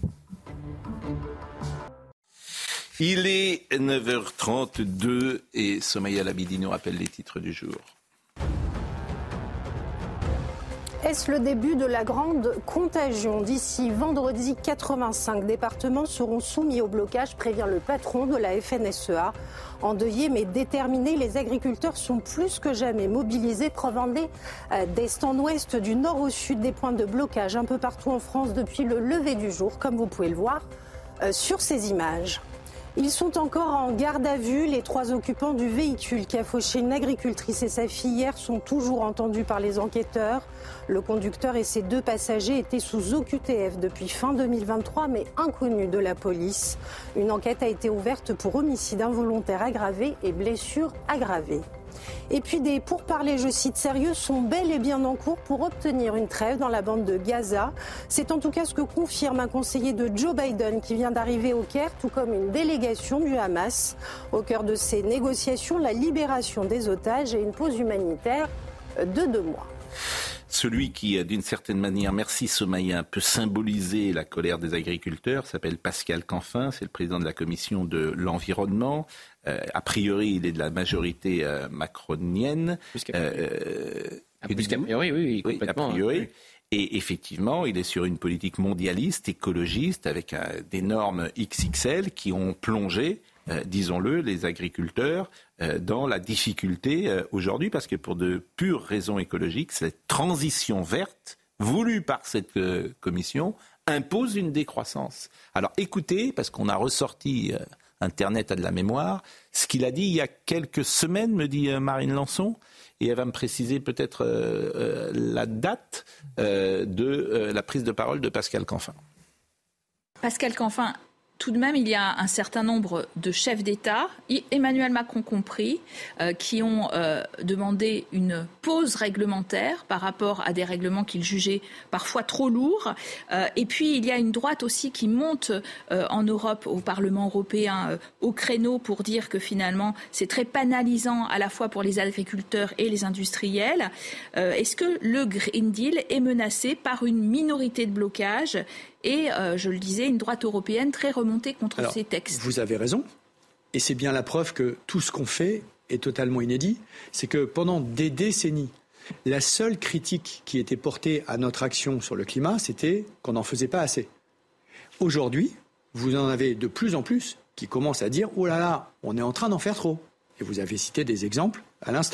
S1: Il est 9h32 et Somaya Labidi nous rappelle les titres du jour.
S18: Est-ce le début de la grande contagion? D'ici vendredi, 85 départements seront soumis au blocage, prévient le patron de la FNSEA. Endeuillés mais déterminés, les agriculteurs sont plus que jamais mobilisés, preuve en est d'est en ouest, du nord au sud, des points de blocage un peu partout en France depuis le lever du jour, comme vous pouvez le voir sur ces images. Ils sont encore en garde à vue. Les 3 occupants du véhicule qui a fauché une agricultrice et sa fille hier sont toujours entendus par les enquêteurs. Le conducteur et ses 2 passagers étaient sous OQTF depuis fin 2023, mais inconnus de la police. Une enquête a été ouverte pour homicide involontaire aggravé et blessures aggravées. Et puis des pourparlers, je cite, sérieux sont bel et bien en cours pour obtenir une trêve dans la bande de Gaza. C'est en tout cas ce que confirme un conseiller de Joe Biden qui vient d'arriver au Caire, tout comme une délégation du Hamas. Au cœur de ces négociations, la libération des otages et une pause humanitaire de 2 mois.
S1: Celui qui, d'une certaine manière, merci Somaya, peut symboliser la colère des agriculteurs s'appelle Pascal Canfin, c'est le président de la commission de l'environnement. A priori, il est de la majorité macronienne.
S5: Plus qu'a priori, oui, complètement.
S1: A priori. Oui. Et effectivement, il est sur une politique mondialiste, écologiste, avec des normes XXL qui ont plongé, disons-le, les agriculteurs dans la difficulté aujourd'hui, parce que pour de pures raisons écologiques, cette transition verte, voulue par cette commission, impose une décroissance. Alors écoutez, parce qu'on a ressorti... Internet a de la mémoire. Ce qu'il a dit il y a quelques semaines, me dit Marine Lançon, et elle va me préciser peut-être la date de la prise de parole de Pascal Canfin.
S19: Pascal Canfin, tout de même, il y a un certain nombre de chefs d'État, Emmanuel Macron compris, qui ont demandé une pause réglementaire par rapport à des règlements qu'ils jugeaient parfois trop lourds. Et puis, il y a une droite aussi qui monte en Europe, au Parlement européen, au créneau pour dire que finalement, c'est très pénalisant à la fois pour les agriculteurs et les industriels. Est-ce que le Green Deal est menacé par une minorité de blocage et, je le disais, une droite européenne très remontée contre ces textes?
S20: Vous avez raison. Et c'est bien la preuve que tout ce qu'on fait est totalement inédit. C'est que pendant des décennies, la seule critique qui était portée à notre action sur le climat, c'était qu'on n'en faisait pas assez. Aujourd'hui, vous en avez de plus en plus qui commencent à dire « Oh là là, on est en train d'en faire trop ». Et vous avez cité des exemples à l'instant.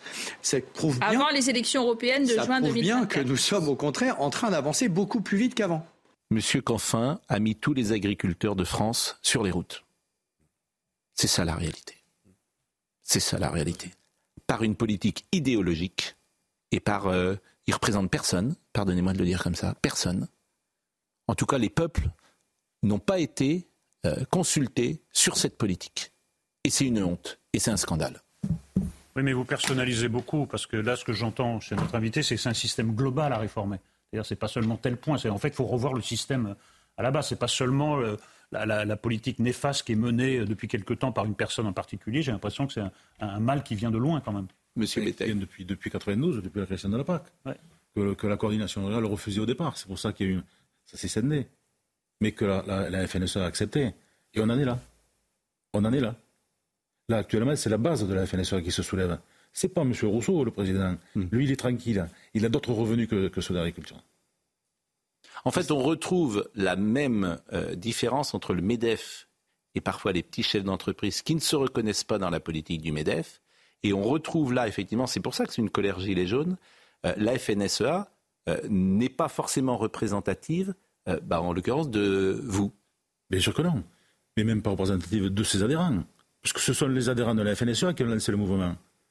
S20: Ça prouve bien,
S19: avant les élections européennes de juin 2024. Ça prouve
S20: bien que nous sommes au contraire en train d'avancer beaucoup plus vite qu'avant.
S1: Monsieur Canfin a mis tous les agriculteurs de France sur les routes. C'est ça la réalité. C'est ça la réalité. Par une politique idéologique et par... il ne représente personne, pardonnez-moi de le dire comme ça, personne. En tout cas, les peuples n'ont pas été consultés sur cette politique. Et c'est une honte, et c'est un scandale.
S9: Oui, mais vous personnalisez beaucoup, parce que là, ce que j'entends chez notre invité, c'est que c'est un système global à réformer. C'est-à-dire, c'est pas seulement tel point. En fait, il faut revoir le système à la base. C'est pas seulement la politique néfaste qui est menée depuis quelque temps par une personne en particulier. J'ai l'impression que c'est un mal qui vient de loin, quand même.
S1: Monsieur Béteille.
S6: Depuis 92, depuis la création de la PAC, que la coordination rurale le refusait au départ. C'est pour ça qu'il y a eu... Ça s'est scéné. Mais que la FNSEA a accepté. Et on en est là. On en est là. Là, actuellement, c'est la base de la FNSEA qui se soulève. C'est pas M. Rousseau, le président. Lui, il est tranquille. Il a d'autres revenus que ceux de l'agriculture.
S1: En fait, on retrouve la même différence entre le MEDEF et parfois les petits chefs d'entreprise qui ne se reconnaissent pas dans la politique du MEDEF. Et on retrouve là, effectivement, c'est pour ça que c'est une colère gilet jaune, la FNSEA n'est pas forcément représentative, en l'occurrence, de vous.
S6: Bien sûr que non. Mais même pas représentative de ses adhérents. Parce que ce sont les adhérents de la FNSEA qui ont lancé le mouvement.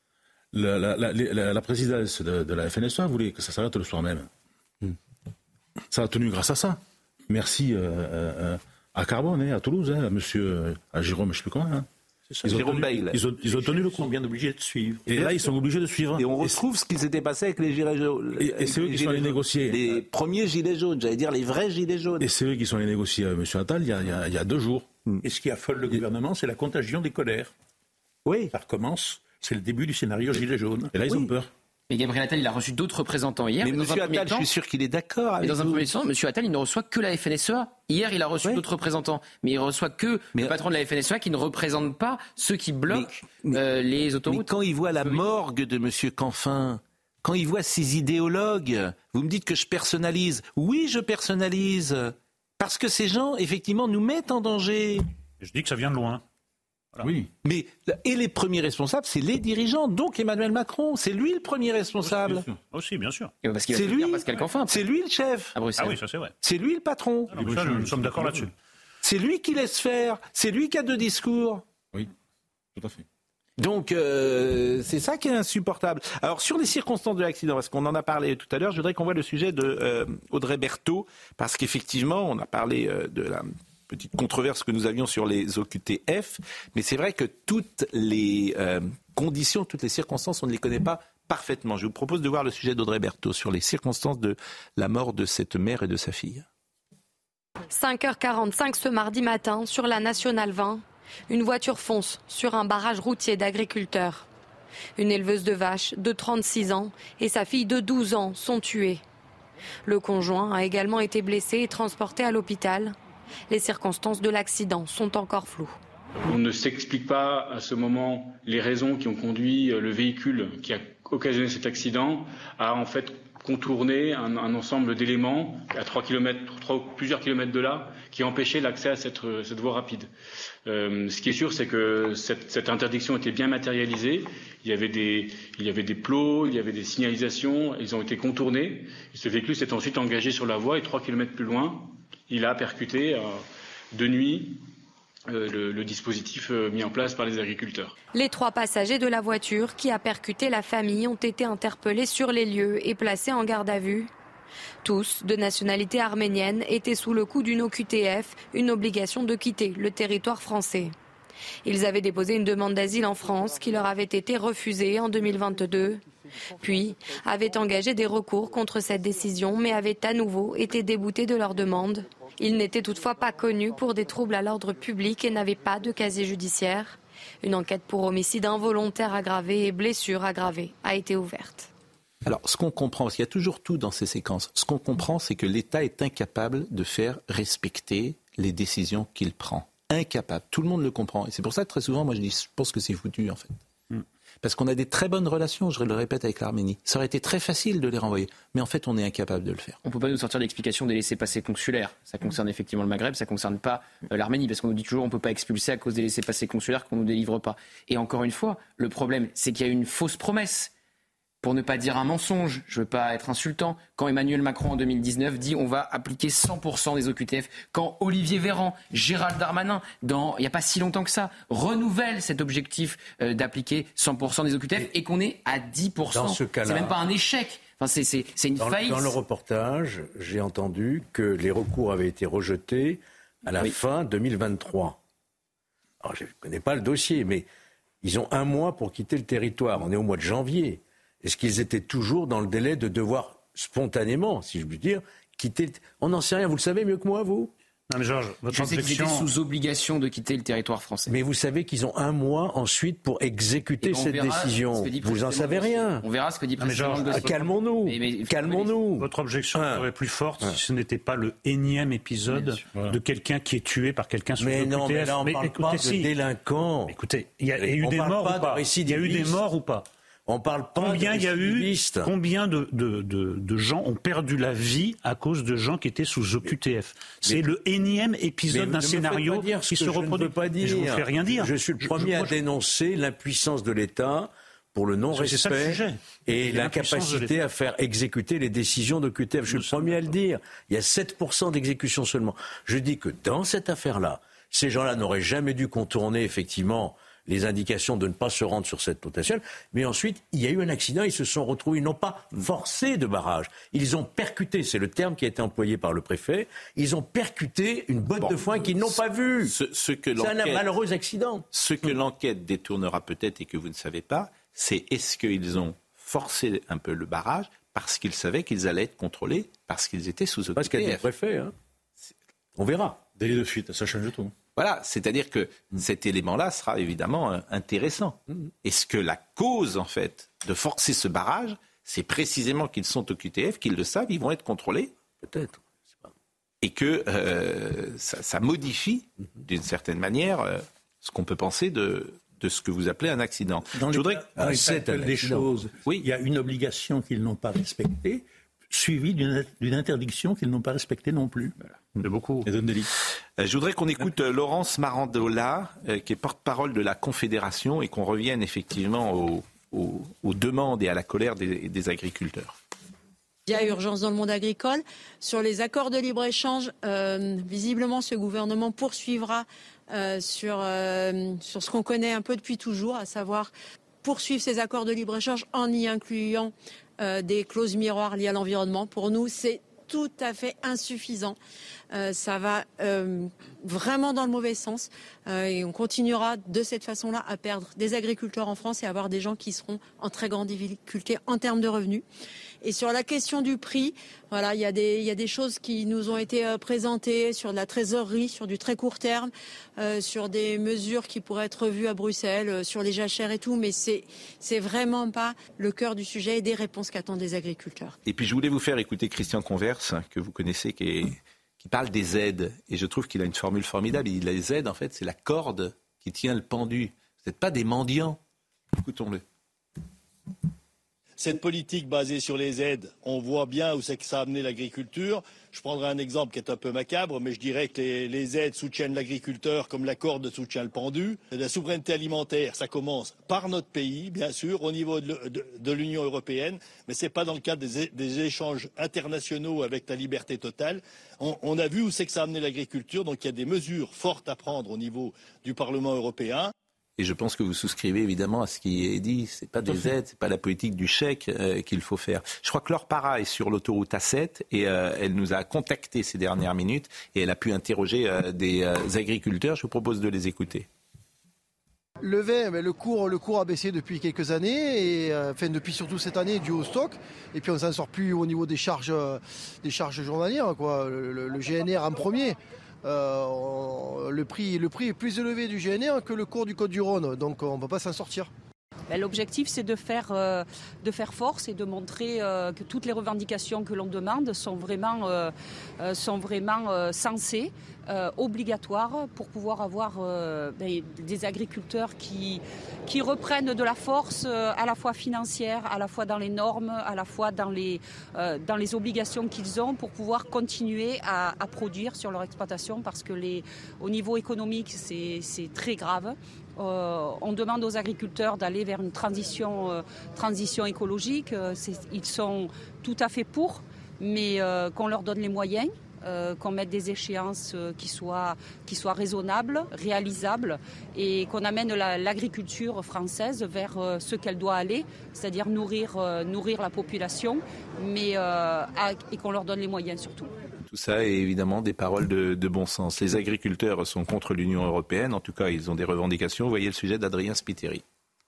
S6: La présidence de la FNSEA voulait que ça s'arrête le soir même. Ça a tenu grâce à ça. Merci à Carbone, à Toulouse, à Jérôme, je ne sais plus comment.
S1: Jérôme Bail.
S6: Ils ont tenu le coup.
S10: Ils sont bien obligés de suivre.
S6: Et là, ils sont obligés de suivre.
S1: Et on retrouve ce qui s'était passé avec les gilets jaunes.
S6: Et c'est eux qui sont allés négocier.
S1: Les premiers gilets jaunes, j'allais dire les vrais gilets jaunes.
S6: Et c'est eux qui sont allés négocier avec M. Attal il y a 2 jours.
S10: Et ce qui affole le gouvernement, c'est la contagion des colères.
S1: Oui.
S10: Ça recommence. C'est le début du scénario gilet jaune.
S6: Et là, ils ont peur.
S5: Mais Gabriel Attal, il a reçu d'autres représentants hier.
S1: Mais M. Attal, je suis sûr qu'il est d'accord avec
S5: vous. Dans un premier temps, M. Attal, il ne reçoit que la FNSEA. Hier, il a reçu d'autres représentants. Mais il ne reçoit que le patron de la FNSEA qui ne représente pas ceux qui bloquent les autoroutes.
S1: Mais quand il voit la morgue de M. Canfin, quand il voit ces idéologues, vous me dites que je personnalise. Oui, je personnalise. Parce que ces gens, effectivement, nous mettent en danger.
S9: Je dis que ça vient de loin.
S6: Voilà. Oui.
S1: Mais et les premiers responsables, c'est les dirigeants, donc Emmanuel Macron, c'est lui le premier responsable.
S9: Aussi, bien sûr.
S5: Parce qu'il
S1: c'est lui,
S5: Pascal Canfin.
S1: C'est lui le chef.
S5: À Bruxelles.
S9: Ah oui, ça c'est vrai.
S1: C'est lui le patron.
S9: Alors, ça, nous sommes d'accord là-dessus.
S1: C'est lui qui laisse faire. C'est lui qui a 2 discours.
S6: Oui, tout à fait.
S1: Donc c'est ça qui est insupportable. Alors sur les circonstances de l'accident, parce qu'on en a parlé tout à l'heure, je voudrais qu'on voit le sujet de Audrey Berthaud, parce qu'effectivement, on a parlé de la petite controverse que nous avions sur les OQTF, mais c'est vrai que toutes les conditions, toutes les circonstances, on ne les connaît pas parfaitement. Je vous propose de voir le sujet d'Audrey Berthaud sur les circonstances de la mort de cette mère et de sa fille.
S21: 5h45 ce mardi matin, sur la Nationale 20, une voiture fonce sur un barrage routier d'agriculteurs. Une éleveuse de vaches de 36 ans et sa fille de 12 ans sont tuées. Le conjoint a également été blessé et transporté à l'hôpital. Les circonstances de l'accident sont encore floues.
S22: On ne s'explique pas à ce moment les raisons qui ont conduit le véhicule qui a occasionné cet accident à en fait contourner un ensemble d'éléments à 3 ou plusieurs kilomètres de là qui empêchaient l'accès à cette voie rapide. Ce qui est sûr, c'est que cette interdiction était bien matérialisée. Il y avait des plots, il y avait des signalisations, ils ont été contournés. Et ce véhicule s'est ensuite engagé sur la voie et 3 kilomètres plus loin, il a percuté de nuit le dispositif mis en place par les agriculteurs.
S21: Les 3 passagers de la voiture qui a percuté la famille ont été interpellés sur les lieux et placés en garde à vue. Tous, de nationalité arménienne, étaient sous le coup d'une OQTF, une obligation de quitter le territoire français. Ils avaient déposé une demande d'asile en France qui leur avait été refusée en 2022. Puis, avaient engagé des recours contre cette décision, mais avaient à nouveau été déboutés de leur demande. Ils n'étaient toutefois pas connus pour des troubles à l'ordre public et n'avaient pas de casier judiciaire. Une enquête pour homicide involontaire aggravé et blessure aggravée a été ouverte.
S1: Alors, ce qu'on comprend, parce qu'il y a toujours tout dans ces séquences, ce qu'on comprend, c'est que l'État est incapable de faire respecter les décisions qu'il prend. Incapable. Tout le monde le comprend. Et c'est pour ça que très souvent, moi, je pense que c'est foutu, en fait. Parce qu'on a des très bonnes relations, je le répète, avec l'Arménie. Ça aurait été très facile de les renvoyer. Mais en fait, on est incapable de le faire.
S5: On ne peut pas nous sortir l'explication des laissez-passer consulaires. Ça concerne effectivement le Maghreb, ça ne concerne pas l'Arménie. Parce qu'on nous dit toujours qu'on ne peut pas expulser à cause des laissez-passer consulaires qu'on ne nous délivre pas. Et encore une fois, le problème, c'est qu'il y a une fausse promesse. pour ne pas dire un mensonge, je ne veux pas être insultant, quand Emmanuel Macron en 2019 dit on va appliquer 100% des OQTF, quand Olivier Véran, Gérald Darmanin, il n'y a pas si longtemps que ça, renouvelle cet objectif d'appliquer 100% des OQTF et qu'on est à 10%.
S7: Dans ce cas-là,
S5: c'est même pas un échec. Enfin, c'est une faillite.
S7: Dans le reportage, j'ai entendu que les recours avaient été rejetés à la fin 2023. Alors, je ne connais pas le dossier, mais ils ont 1 mois pour quitter le territoire. On est au mois de janvier. Est-ce qu'ils étaient toujours dans le délai de devoir spontanément, si je puis dire, quitter On n'en sait rien. Vous le savez mieux que moi, vous ?
S9: Non mais Georges, votre
S5: objection... Je sais qu'ils étaient sous obligation de quitter le territoire français.
S7: Mais vous savez qu'ils ont 1 mois ensuite pour exécuter cette décision. Vous n'en savez rien.
S5: On verra ce que dit précisément le dossier.
S7: Calmons-nous.
S9: Votre objection serait plus forte si ce n'était pas le énième épisode de quelqu'un qui est tué par quelqu'un sous OQTF.
S7: Mais non, mais là on ne parle pas de délinquants.
S9: Écoutez, il y a eu des morts ou pas ? Il y a eu des morts ou pas ?
S7: On parle pas
S9: Combien de gens ont perdu la vie à cause de gens qui étaient sous OQTF ? C'est le énième épisode d'un scénario qui se reproduit. Je ne vous fais rien dire.
S7: Je suis le premier à dénoncer l'impuissance de l'État pour le non-respect et l'incapacité à faire exécuter les décisions d'OQTF. Je suis le premier à le dire. Il y a 7% d'exécution seulement. Je dis que dans cette affaire-là, ces gens-là n'auraient jamais dû contourner effectivement les indications de ne pas se rendre sur cette route nationale. Mais ensuite, il y a eu un accident, ils se sont retrouvés, ils n'ont pas forcé de barrage. Ils ont percuté, c'est le terme qui a été employé par le préfet, ils ont percuté une botte de foin qu'ils n'ont pas vue. C'est un malheureux accident.
S1: Ce que l'enquête détournera peut-être et que vous ne savez pas, c'est est-ce qu'ils ont forcé un peu le barrage parce qu'ils savaient qu'ils allaient être contrôlés, parce qu'ils étaient sous OQTF.
S7: Parce qu'il y a des préfets, hein. On verra.
S6: Délai de fuite, ça change tout.
S1: Voilà, c'est-à-dire que cet élément-là sera évidemment intéressant. Est-ce que la cause, en fait, de forcer ce barrage, c'est précisément qu'ils sont au QTF, qu'ils le savent, ils vont être contrôlés ?
S7: Peut-être.
S1: Et que ça modifie, d'une certaine manière, ce qu'on peut penser de ce que vous appelez un accident.
S10: Dans des choses, il y a une obligation qu'ils n'ont pas respectée, suivie d'une interdiction qu'ils n'ont pas respectée non plus. Voilà.
S9: C'est beaucoup.
S1: Je voudrais qu'on écoute Laurence Marandola, qui est porte-parole de la Confédération, et qu'on revienne effectivement aux demandes et à la colère des agriculteurs.
S2: Il y a urgence dans le monde agricole. Sur les accords de libre-échange, visiblement, ce gouvernement poursuivra sur ce qu'on connaît un peu depuis toujours, à savoir poursuivre ces accords de libre-échange en y incluant des clauses miroirs liées à l'environnement. Pour nous, c'est tout à fait insuffisant. Ça va vraiment dans le mauvais sens et on continuera de cette façon-là à perdre des agriculteurs en France et à avoir des gens qui seront en très grande difficulté en termes de revenus. Et sur la question du prix, voilà, il y a des choses qui nous ont été présentées sur de la trésorerie, sur du très court terme, sur des mesures qui pourraient être vues à Bruxelles, sur les jachères et tout, mais c'est vraiment pas le cœur du sujet et des réponses qu'attendent les agriculteurs.
S1: Et puis je voulais vous faire écouter Christian Converse, que vous connaissez, qui parle des aides. Et je trouve qu'il a une formule formidable. Il dit les aides, en fait, c'est la corde qui tient le pendu. Vous n'êtes pas des mendiants. Écoutons-le.
S3: Cette politique basée sur les aides, on voit bien où c'est que ça a amené l'agriculture. Je prendrai un exemple qui est un peu macabre, mais je dirais que les aides soutiennent l'agriculteur comme la corde soutient le pendu. La souveraineté alimentaire, ça commence par notre pays, bien sûr, au niveau de l'Union européenne, mais ce n'est pas dans le cadre des échanges internationaux avec la liberté totale. On a vu où c'est que ça a amené l'agriculture, donc il y a des mesures fortes à prendre au niveau du Parlement européen.
S1: Et je pense que vous souscrivez évidemment à ce qui est dit. C'est pas des aides, c'est pas la politique du chèque qu'il faut faire. Je crois que Laure Para est sur l'autoroute A7 et elle nous a contacté ces dernières minutes et elle a pu interroger des agriculteurs. Je vous propose de les écouter.
S23: Le vin, le cours a baissé depuis quelques années, et depuis surtout cette année dû au stock. Et puis on s'en sort plus au niveau des charges journalières, quoi. Le GNR en premier. Le prix est plus élevé du GNR que le cours du Côte-du-Rhône, donc on ne peut pas s'en sortir.
S24: L'objectif, c'est de faire force et de montrer que toutes les revendications que l'on demande sont vraiment sensées obligatoire pour pouvoir avoir des agriculteurs qui reprennent de la force à la fois financière, à la fois dans les normes, à la fois dans les obligations qu'ils ont pour pouvoir continuer à produire sur leur exploitation, parce que au niveau économique, c'est très grave. On demande aux agriculteurs d'aller vers une transition écologique. Ils sont tout à fait pour, mais qu'on leur donne les moyens, qu'on mette des échéances qui soient raisonnables, réalisables, et qu'on amène l'agriculture française vers ce qu'elle doit aller, c'est-à-dire nourrir la population, mais et qu'on leur donne les moyens surtout.
S1: Tout ça est évidemment des paroles de bon sens. Les agriculteurs sont contre l'Union européenne, en tout cas ils ont des revendications. Vous voyez le sujet d'Adrien Spiteri.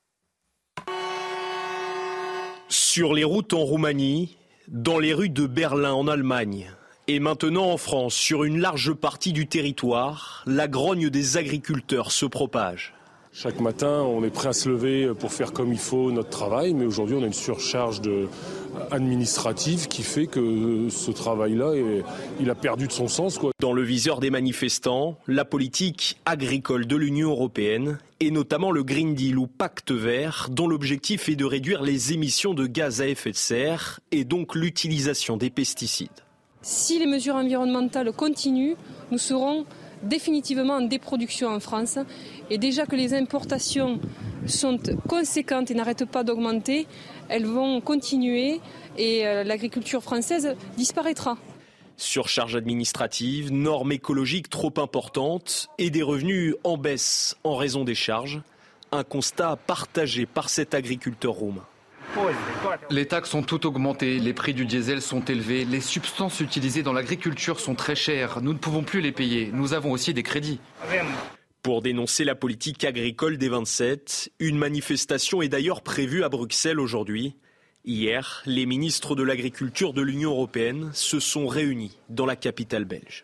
S11: Sur les routes en Roumanie, dans les rues de Berlin en Allemagne, et maintenant en France, sur une large partie du territoire, la grogne des agriculteurs se propage.
S4: Chaque matin, on est prêt à se lever pour faire comme il faut notre travail, mais aujourd'hui, on a une surcharge administrative qui fait que ce travail-là, il a perdu de son sens, quoi.
S11: Dans le viseur des manifestants, la politique agricole de l'Union européenne, et notamment le Green Deal ou Pacte vert, dont l'objectif est de réduire les émissions de gaz à effet de serre et donc l'utilisation des pesticides.
S8: Si les mesures environnementales continuent, nous serons définitivement en déproduction en France. Et déjà que les importations sont conséquentes et n'arrêtent pas d'augmenter, elles vont continuer et l'agriculture française disparaîtra.
S11: Surcharge administrative, normes écologiques trop importantes et des revenus en baisse en raison des charges. Un constat partagé par cet agriculteur roumain.
S12: Les taxes ont toutes augmenté, les prix du diesel sont élevés, les substances utilisées dans l'agriculture sont très chères, nous ne pouvons plus les payer, nous avons aussi des crédits.
S11: Pour dénoncer la politique agricole des 27, une manifestation est d'ailleurs prévue à Bruxelles aujourd'hui. Hier, les ministres de l'agriculture de l'Union européenne se sont réunis dans la capitale belge.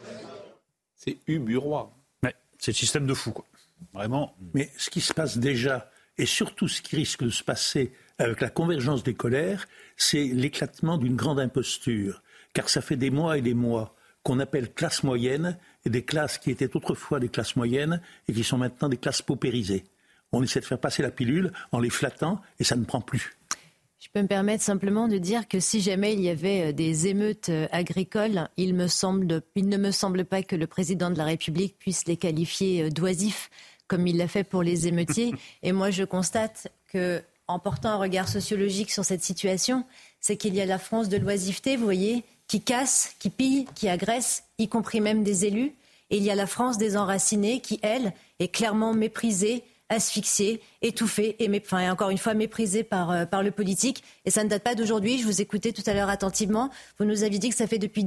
S1: C'est uburois.
S9: Ouais, c'est le système de fou, quoi. Vraiment.
S10: Mais ce qui se passe déjà, et surtout ce qui risque de se passer avec la convergence des colères, c'est l'éclatement d'une grande imposture. Car ça fait des mois et des mois qu'on appelle classe moyenne, et des classes qui étaient autrefois des classes moyennes et qui sont maintenant des classes paupérisées. On essaie de faire passer la pilule en les flattant et ça ne prend plus.
S13: Je peux me permettre simplement de dire que si jamais il y avait des émeutes agricoles, il ne me semble pas que le président de la République puisse les qualifier d'oisifs comme il l'a fait pour les émeutiers. Et moi, je constate que, en portant un regard sociologique sur cette situation, c'est qu'il y a la France de l'oisiveté, vous voyez, qui casse, qui pille, qui agresse, y compris même des élus. Et il y a la France des enracinés qui, elle, est clairement méprisée, asphyxiée, étouffée et encore une fois méprisée par le politique. Et ça ne date pas d'aujourd'hui. Je vous écoutais tout à l'heure attentivement. Vous nous aviez dit que ça fait depuis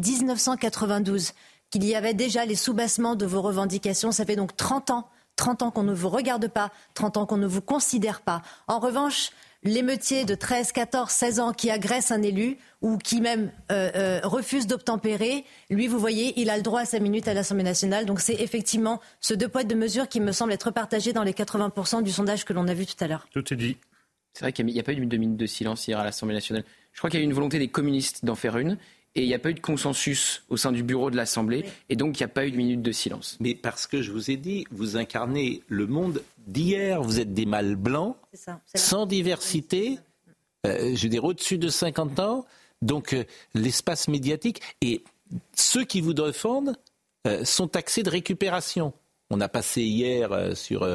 S13: 1992 qu'il y avait déjà les soubassements de vos revendications. Ça fait donc 30 ans qu'on ne vous regarde pas, 30 ans qu'on ne vous considère pas. En revanche, l'émeutier de 13, 14, 16 ans qui agresse un élu ou qui même refuse d'obtempérer, lui, vous voyez, il a le droit à sa minute à l'Assemblée nationale. Donc c'est effectivement ce deux poids, deux mesures qui me semble être partagé dans les 80% du sondage que l'on a vu tout à l'heure.
S9: Tout est dit.
S5: C'est vrai qu'il n'y a pas eu de minute de silence hier à l'Assemblée nationale. Je crois qu'il y a eu une volonté des communistes d'en faire une. Et il n'y a pas eu de consensus au sein du bureau de l'Assemblée. Et donc, il n'y a pas eu de minute de silence.
S1: Mais parce que je vous ai dit, vous incarnez le monde d'hier. Vous êtes des mâles blancs, sans diversité, je veux dire, au-dessus de 50 ans. Donc, l'espace médiatique. Et ceux qui vous défendent sont taxés de récupération. On a passé hier sur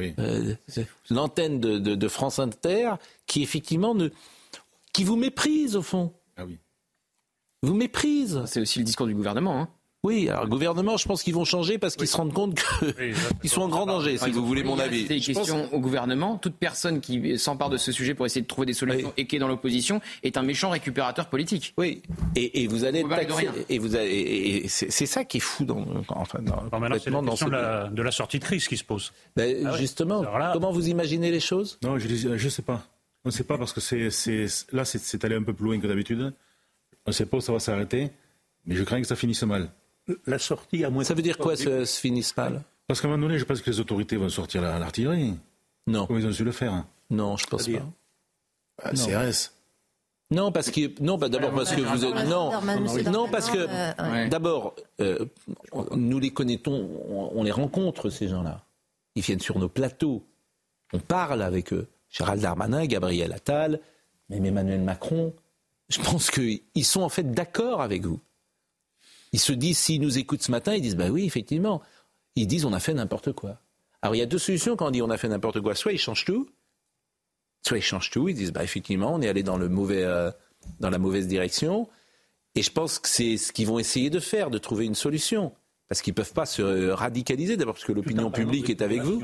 S1: l'antenne de France Inter, qui effectivement qui vous méprise, au fond.
S6: Ah oui.
S1: Vous méprise.
S5: C'est aussi le discours du gouvernement. Hein.
S1: Oui, alors le gouvernement, je pense qu'ils vont changer parce qu'ils se rendent compte qu'ils sont en grand danger, si vous voulez mon avis.
S5: C'est une question au gouvernement. Toute personne qui s'empare de ce sujet pour essayer de trouver des solutions et qui est dans l'opposition est un méchant récupérateur politique.
S1: Oui, et vous allez taxer. Et c'est ça qui est fou dans
S9: maintenant, c'est la question de la sortie de crise qui se pose.
S1: Justement, comment vous imaginez les choses ?
S6: Non, je sais pas. On ne sait pas parce que c'est allé un peu plus loin que d'habitude. On ne sait pas où ça va s'arrêter, mais je crains que ça finisse mal.
S10: La sortie à moins.
S1: Ça veut dire quoi, se finisse mal ?
S6: Parce qu'à un moment donné, je pense que les autorités vont sortir l'artillerie.
S1: Non.
S6: Comme ils ont su le faire.
S1: Non, je pense pas.
S6: CRS.
S1: Non, parce que d'abord parce que vous êtes parce que d'abord nous les connaissons, on les rencontre ces gens-là. Ils viennent sur nos plateaux, on parle avec eux. Gérald Darmanin, Gabriel Attal, même Emmanuel Macron. Je pense qu'ils sont en fait d'accord avec vous. Ils se disent, s'ils nous écoutent ce matin, ils disent oui, effectivement. Ils disent on a fait n'importe quoi. Alors il y a deux solutions quand on dit on a fait n'importe quoi. Soit ils changent tout. Ils disent effectivement, on est allé dans la mauvaise direction. Et je pense que c'est ce qu'ils vont essayer de faire, de trouver une solution. Parce qu'ils ne peuvent pas se radicaliser, d'abord parce que l'opinion publique est avec vous.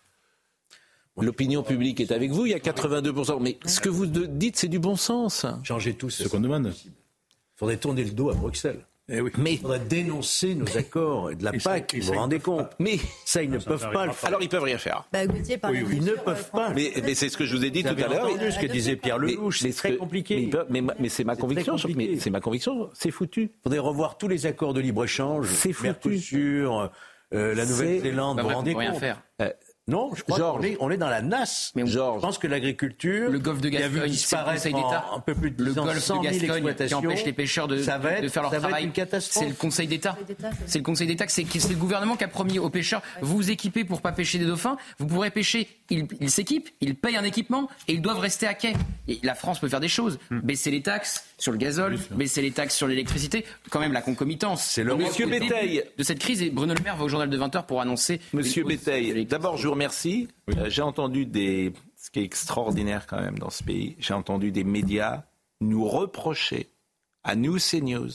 S1: L'opinion publique est avec vous, il y a 82%. Mais ce que vous dites, c'est du bon sens.
S7: Changez tout
S6: ce qu'on demande.
S7: Il faudrait tourner le dos à Bruxelles.
S1: Mais
S7: il faudrait dénoncer nos accords de la PAC, vous vous rendez compte.
S1: Mais
S7: ça, ils ne peuvent pas le faire.
S1: Alors, ils ne peuvent rien faire.
S13: Gauthier,
S7: ils ne peuvent pas.
S1: Mais c'est ce que je vous ai dit tout à l'heure.
S7: Entendu ce que disait Pierre Lelouch, c'est très compliqué.
S1: Mais c'est ma conviction. C'est ma conviction, c'est foutu.
S7: Il faudrait revoir tous les accords de libre-échange.
S1: C'est foutu.
S7: Mercosur, la Nouvelle-Zélande, vous vous rendez compte. Non, je crois qu'on est dans la nasse.
S5: Mais
S7: je pense que l'agriculture,
S5: le golfe de Gascogne,
S7: qui a vu disparaître un peu plus de 10 ans, 100 000 exploitations,
S5: qui empêche les pêcheurs de faire leur travail. C'est le Conseil d'État. C'est le Conseil d'État, c'est le gouvernement qui a promis aux pêcheurs, vous vous équipez pour pas pêcher des dauphins, vous pourrez pêcher. Ils s'équipent, ils payent un équipement et ils doivent rester à quai. Et la France peut faire des choses, baisser les taxes sur le gazole, baisser les taxes sur l'électricité, quand même la concomitance.
S1: C'est le Monsieur Béteille
S5: de cette crise. Et Bruno Le Maire va au journal de 20h pour annoncer.
S1: Monsieur Béteille, d'abord je vous remercie. J'ai entendu ce qui est extraordinaire quand même dans ce pays, j'ai entendu des médias nous reprocher, à nous CNews,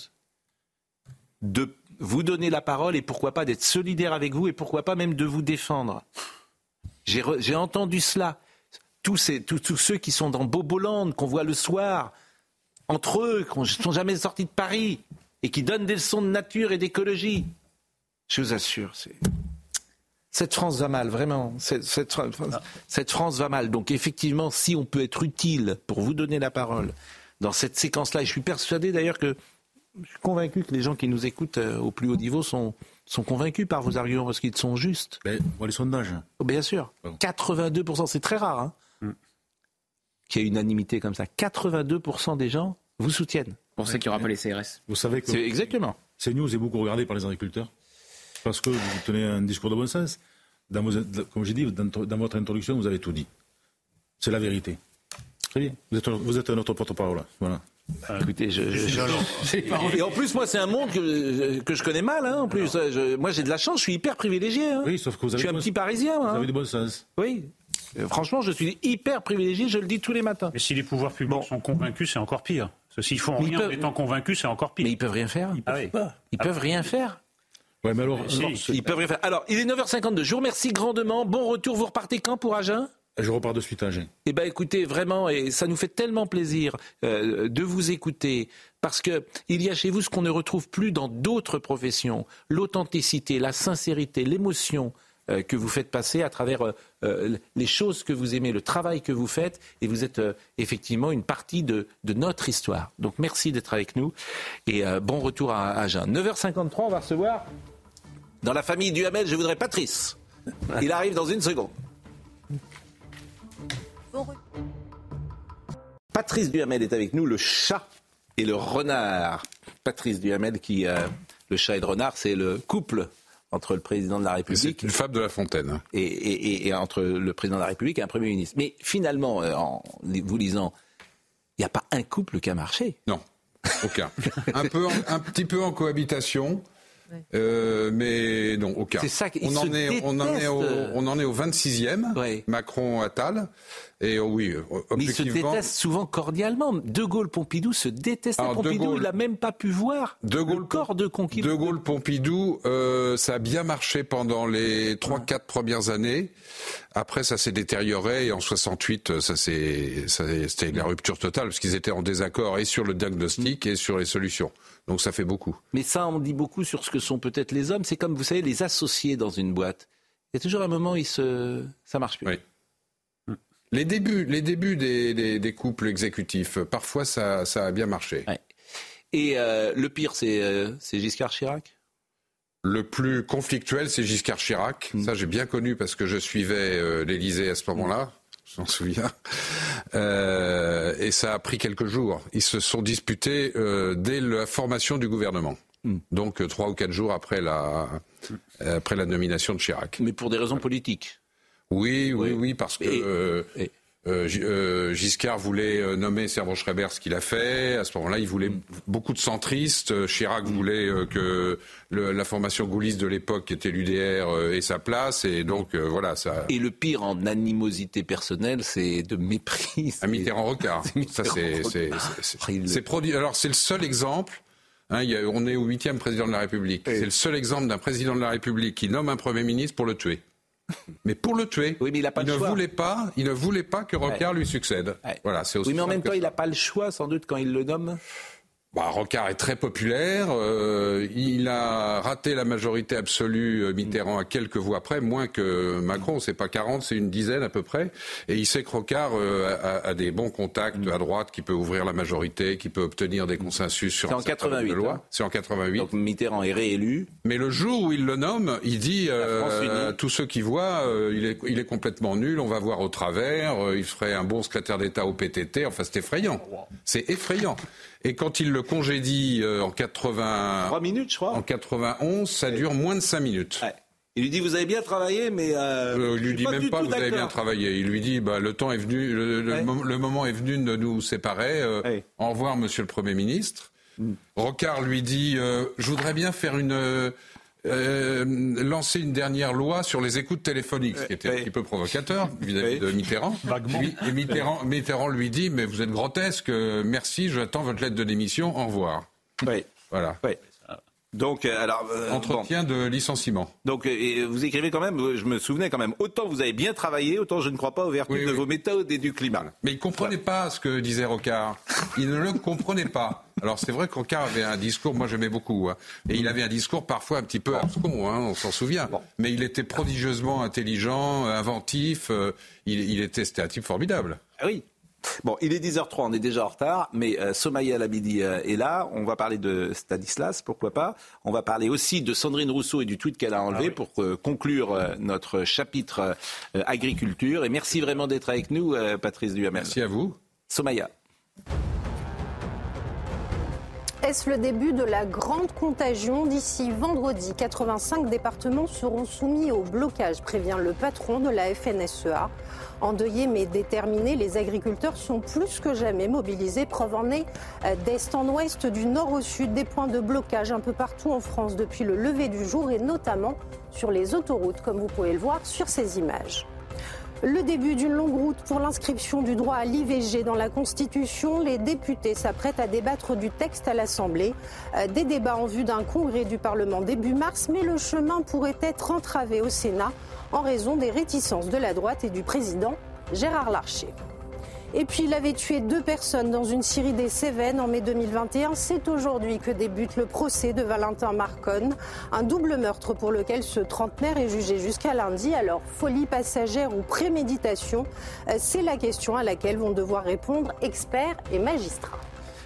S1: de vous donner la parole et pourquoi pas d'être solidaire avec vous et pourquoi pas même de vous défendre. J'ai entendu cela. Tous ceux qui sont dans Boboland, qu'on voit le soir, entre eux, qui ne sont jamais sortis de Paris et qui donnent des leçons de nature et d'écologie. Je vous assure, cette France va mal, vraiment. Cette France va mal. Donc effectivement, si on peut être utile pour vous donner la parole dans cette séquence-là, et je suis persuadé d'ailleurs je suis convaincu que les gens qui nous écoutent au plus haut niveau sont convaincus par vos arguments parce qu'ils sont justes.
S6: Pour les sondages.
S1: Bien sûr. 82%, c'est très rare qu'il y ait unanimité comme ça. 82% des gens vous soutiennent.
S5: Pour ceux qui n'auront pas les CRS.
S6: Vous savez que
S1: exactement.
S6: CNews est beaucoup regardé par les agriculteurs. Parce que vous tenez un discours de bon sens. Comme j'ai dit, dans votre introduction, vous avez tout dit. C'est la vérité. Très bien. Vous êtes notre porte-parole. Voilà.
S1: Écoutez, et en plus, moi, c'est un monde que je connais mal. En plus, moi, j'ai de la chance. Je suis hyper privilégié.
S6: Oui, sauf que vous avez
S1: je suis un petit Parisien.
S6: Vous avez du bon sens.
S1: Oui. Franchement, je suis hyper privilégié. Je le dis tous les matins.
S9: Mais si les pouvoirs publics sont convaincus, c'est encore pire. S'ils font rien en étant convaincus, c'est encore pire.
S1: Mais ils peuvent rien faire. Ils peuvent rien faire.
S6: Ouais, mais alors,
S1: ils peuvent rien faire. Alors, il est 9h52. Je vous remercie grandement. Bon retour. Vous repartez quand pour Agen ?
S6: Je repars de suite à Agen.
S1: Eh bien, écoutez, vraiment, et ça nous fait tellement plaisir de vous écouter, parce qu'il y a chez vous ce qu'on ne retrouve plus dans d'autres professions, l'authenticité, la sincérité, l'émotion que vous faites passer à travers les choses que vous aimez, le travail que vous faites, et vous êtes effectivement une partie de notre histoire. Donc, merci d'être avec nous, et bon retour à Agen. 9h53, on va recevoir, dans la famille Duhamel, je voudrais Patrice. Il arrive dans une seconde. Patrice Duhamel est avec nous, le chat et le renard. Patrice Duhamel qui, le chat et le renard, c'est le couple entre le président de la République...
S14: C'est une fable de La Fontaine.
S1: Et entre le président de la République et un Premier ministre. Mais finalement, en vous lisant, il n'y a pas un couple qui a marché.
S14: Non, aucun. un petit peu en cohabitation... mais non, aucun.
S1: C'est ça
S14: on en est au 26e, Macron-Attal. Et oui, objectivement...
S1: Mais ils se détestent souvent cordialement. De Gaulle-Pompidou se détestait. Pompidou, il n'a même pas pu voir le corps de Conquilles.
S14: De Gaulle-Pompidou, ça a bien marché pendant les 3-4 premières années. Après, ça s'est détérioré. Et en 68, c'était la rupture totale, parce qu'ils étaient en désaccord et sur le diagnostic et sur les solutions. Donc ça fait beaucoup.
S1: Mais ça, on dit beaucoup sur ce que sont peut-être les hommes. C'est comme, vous savez, les associés dans une boîte. Il y a toujours un moment où ça marche plus.
S14: Oui. Les débuts des couples exécutifs, parfois ça a bien marché.
S1: Ouais. Et le pire, c'est Giscard Chirac ?
S14: Le plus conflictuel, c'est Giscard Chirac. Ça, j'ai bien connu parce que je suivais l'Élysée à ce moment-là. je m'en souviens. Et ça a pris quelques jours. Ils se sont disputés dès la formation du gouvernement. Donc 3 ou 4 jours après la nomination de Chirac.
S1: Mais pour des raisons politiques.
S14: Oui, parce que Giscard voulait nommer Servan-Schreiber, ce qu'il a fait. À ce moment-là, il voulait beaucoup de centristes. Chirac voulait que la formation gaulliste de l'époque, qui était l'UDR, ait sa place. Et donc, voilà. Ça...
S1: Et le pire en animosité personnelle, c'est de mépris.
S14: À Mitterrand-Rocard. Ça, c'est produit. Alors, c'est le seul exemple. On est au 8e président de la République. C'est le seul exemple d'un président de la République qui nomme un Premier ministre pour le tuer. Mais pour le tuer,
S1: oui, mais il
S14: ne voulait pas que Rocard lui succède. Voilà, c'est aussi
S1: oui, mais en même temps,
S14: ça.
S1: il n'a pas le choix, sans doute, quand il le nomme.
S14: Rocard est très populaire. Il a raté la majorité absolue, Mitterrand, à quelques voix près, moins que Macron. C'est pas 40, c'est une dizaine à peu près. Et il sait que Rocard a des bons contacts à droite, qui peut ouvrir la majorité, qui peut obtenir des consensus sur un certain nombre de lois. C'est en 88.
S1: Donc Mitterrand est réélu.
S14: Mais le jour où il le nomme, il dit à tous ceux qui voient, il est complètement nul, on va voir au travers, il ferait un bon secrétaire d'État au PTT. Enfin, c'est effrayant. C'est effrayant. Et quand il le congédie en
S1: 3 minutes, je crois.
S14: En 91, ça dure moins de 5 minutes.
S1: Ouais. Il lui dit vous avez bien travaillé, mais
S14: il lui dit même pas vous avez bien travaillé. Il lui dit le temps est venu, le moment est venu de nous séparer. Au revoir, Monsieur le Premier ministre. Rocard lui dit je voudrais bien faire lancer une dernière loi sur les écoutes téléphoniques, ce qui était un petit peu provocateur vis-à-vis de Mitterrand. Et Mitterrand lui dit mais vous êtes grotesque, merci, j'attends votre lettre de démission, au revoir. Voilà.
S1: Donc,
S14: entretien de licenciement.
S1: Donc, et vous écrivez quand même, je me souvenais quand même, autant vous avez bien travaillé, autant je ne crois pas aux vertus de vos méthodes et du climat.
S14: Mais il ne comprenait pas ce que disait Rocard. Il ne le comprenait pas. Alors c'est vrai que Rocard avait un discours, moi j'aimais beaucoup, et il avait un discours parfois un petit peu abscon, on s'en souvient. Mais il était prodigieusement intelligent, inventif, c'était un type formidable.
S1: Ah oui. Bon, il est 10h03, on est déjà en retard, mais Somaya Labidi est là. On va parler de Stanislas, pourquoi pas. On va parler aussi de Sandrine Rousseau et du tweet qu'elle a enlevé pour conclure notre chapitre agriculture. Et merci vraiment d'être avec nous, Patrice Duhamel.
S14: Merci à vous.
S1: Somaya.
S15: Est-ce le début de la grande contagion? D'ici vendredi, 85 départements seront soumis au blocage, prévient le patron de la FNSEA. Endeuillés mais déterminés, les agriculteurs sont plus que jamais mobilisés. Preuve en est, d'est en ouest, du nord au sud, des points de blocage un peu partout en France depuis le lever du jour et notamment sur les autoroutes, comme vous pouvez le voir sur ces images. Le début d'une longue route pour l'inscription du droit à l'IVG dans la Constitution. Les députés s'apprêtent à débattre du texte à l'Assemblée. Des débats en vue d'un congrès du Parlement début mars, mais le chemin pourrait être entravé au Sénat en raison des réticences de la droite et du président Gérard Larcher. Et puis il avait tué 2 personnes dans une scierie des Cévennes en mai 2021. C'est aujourd'hui que débute le procès de Valentin Marconne. Un double meurtre pour lequel ce trentenaire est jugé jusqu'à lundi. Alors folie passagère ou préméditation, c'est la question à laquelle vont devoir répondre experts et magistrats.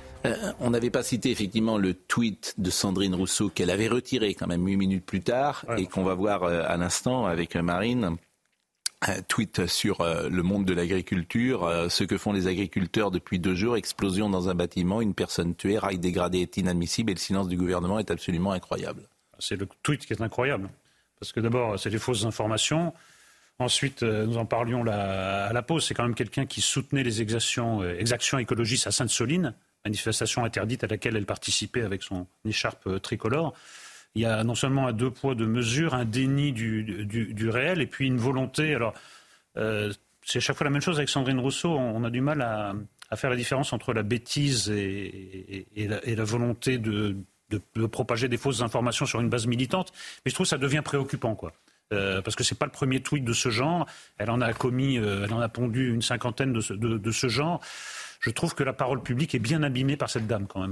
S1: On n'avait pas cité effectivement le tweet de Sandrine Rousseau qu'elle avait retiré quand même 8 minutes plus tard et qu'on va voir à l'instant avec Marine. Un tweet sur le monde de l'agriculture, ce que font les agriculteurs depuis 2 jours, explosion dans un bâtiment, une personne tuée, rail dégradé est inadmissible et le silence du gouvernement est absolument incroyable.
S9: C'est le tweet qui est incroyable, parce que d'abord c'est des fausses informations, ensuite nous en parlions à la pause, c'est quand même quelqu'un qui soutenait les exactions écologistes à Sainte-Soline, manifestation interdite à laquelle elle participait avec son écharpe tricolore. Il y a non seulement un 2 poids 2 mesures, un déni du réel et puis une volonté. Alors, c'est à chaque fois la même chose avec Sandrine Rousseau. On a du mal à faire la différence entre la bêtise et la volonté de propager des fausses informations sur une base militante. Mais je trouve que ça devient préoccupant, quoi. Parce que c'est pas le premier tweet de ce genre. Elle en a pondu une 50aine de ce genre. Je trouve que la parole publique est bien abîmée par cette dame, quand même.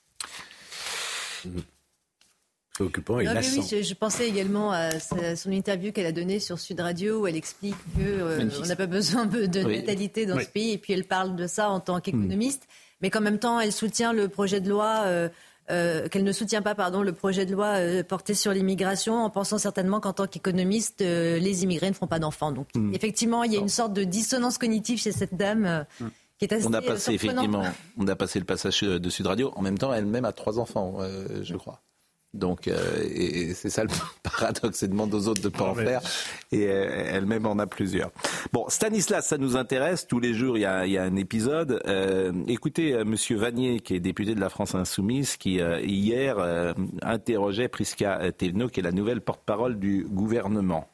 S7: Préoccupant et lassant.
S13: Oui, je pensais également à son interview qu'elle a donnée sur Sud Radio où elle explique qu'on n'a pas besoin de natalité dans ce pays et puis elle parle de ça en tant qu'économiste, mais qu'en même temps elle soutient le projet de loi qu'elle ne soutient pas le projet de loi porté sur l'immigration, en pensant certainement qu'en tant qu'économiste, les immigrés ne feront pas d'enfants. Donc effectivement, il y a une sorte de dissonance cognitive chez cette dame qui est assez
S1: on a passé
S13: surprenant.
S1: on a passé le passage de Sud Radio. En même temps, elle-même a 3 enfants, je crois. Donc, et c'est ça le paradoxe, c'est demande aux autres de ne pas en faire, et elle-même en a plusieurs. Bon, Stanislas, ça nous intéresse, tous les jours il y a un épisode. Écoutez, Monsieur Vannier, qui est député de la France Insoumise, qui hier interrogeait Prisca Thévenot, qui est la nouvelle porte-parole du gouvernement.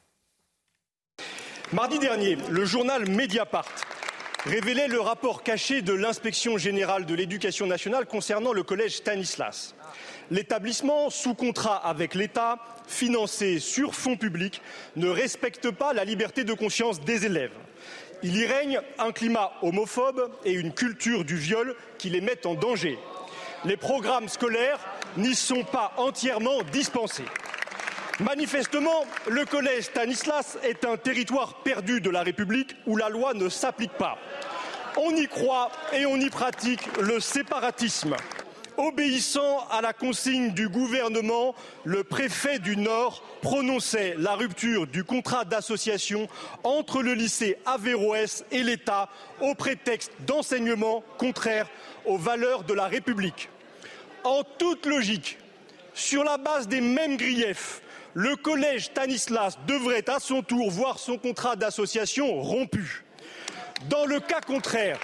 S16: Mardi dernier, le journal Mediapart révélait le rapport caché de l'Inspection générale de l'éducation nationale concernant le collège Stanislas. L'établissement, sous contrat avec l'État, financé sur fonds publics, ne respecte pas la liberté de conscience des élèves. Il y règne un climat homophobe et une culture du viol qui les mettent en danger. Les programmes scolaires n'y sont pas entièrement dispensés. Manifestement, le collège Stanislas est un territoire perdu de la République où la loi ne s'applique pas. On y croit et on y pratique le séparatisme. Obéissant à la consigne du gouvernement, le préfet du Nord prononçait la rupture du contrat d'association entre le lycée Averroès et l'État au prétexte d'enseignements contraires aux valeurs de la République. En toute logique, sur la base des mêmes griefs, le collège Stanislas devrait à son tour voir son contrat d'association rompu. Dans le cas contraire,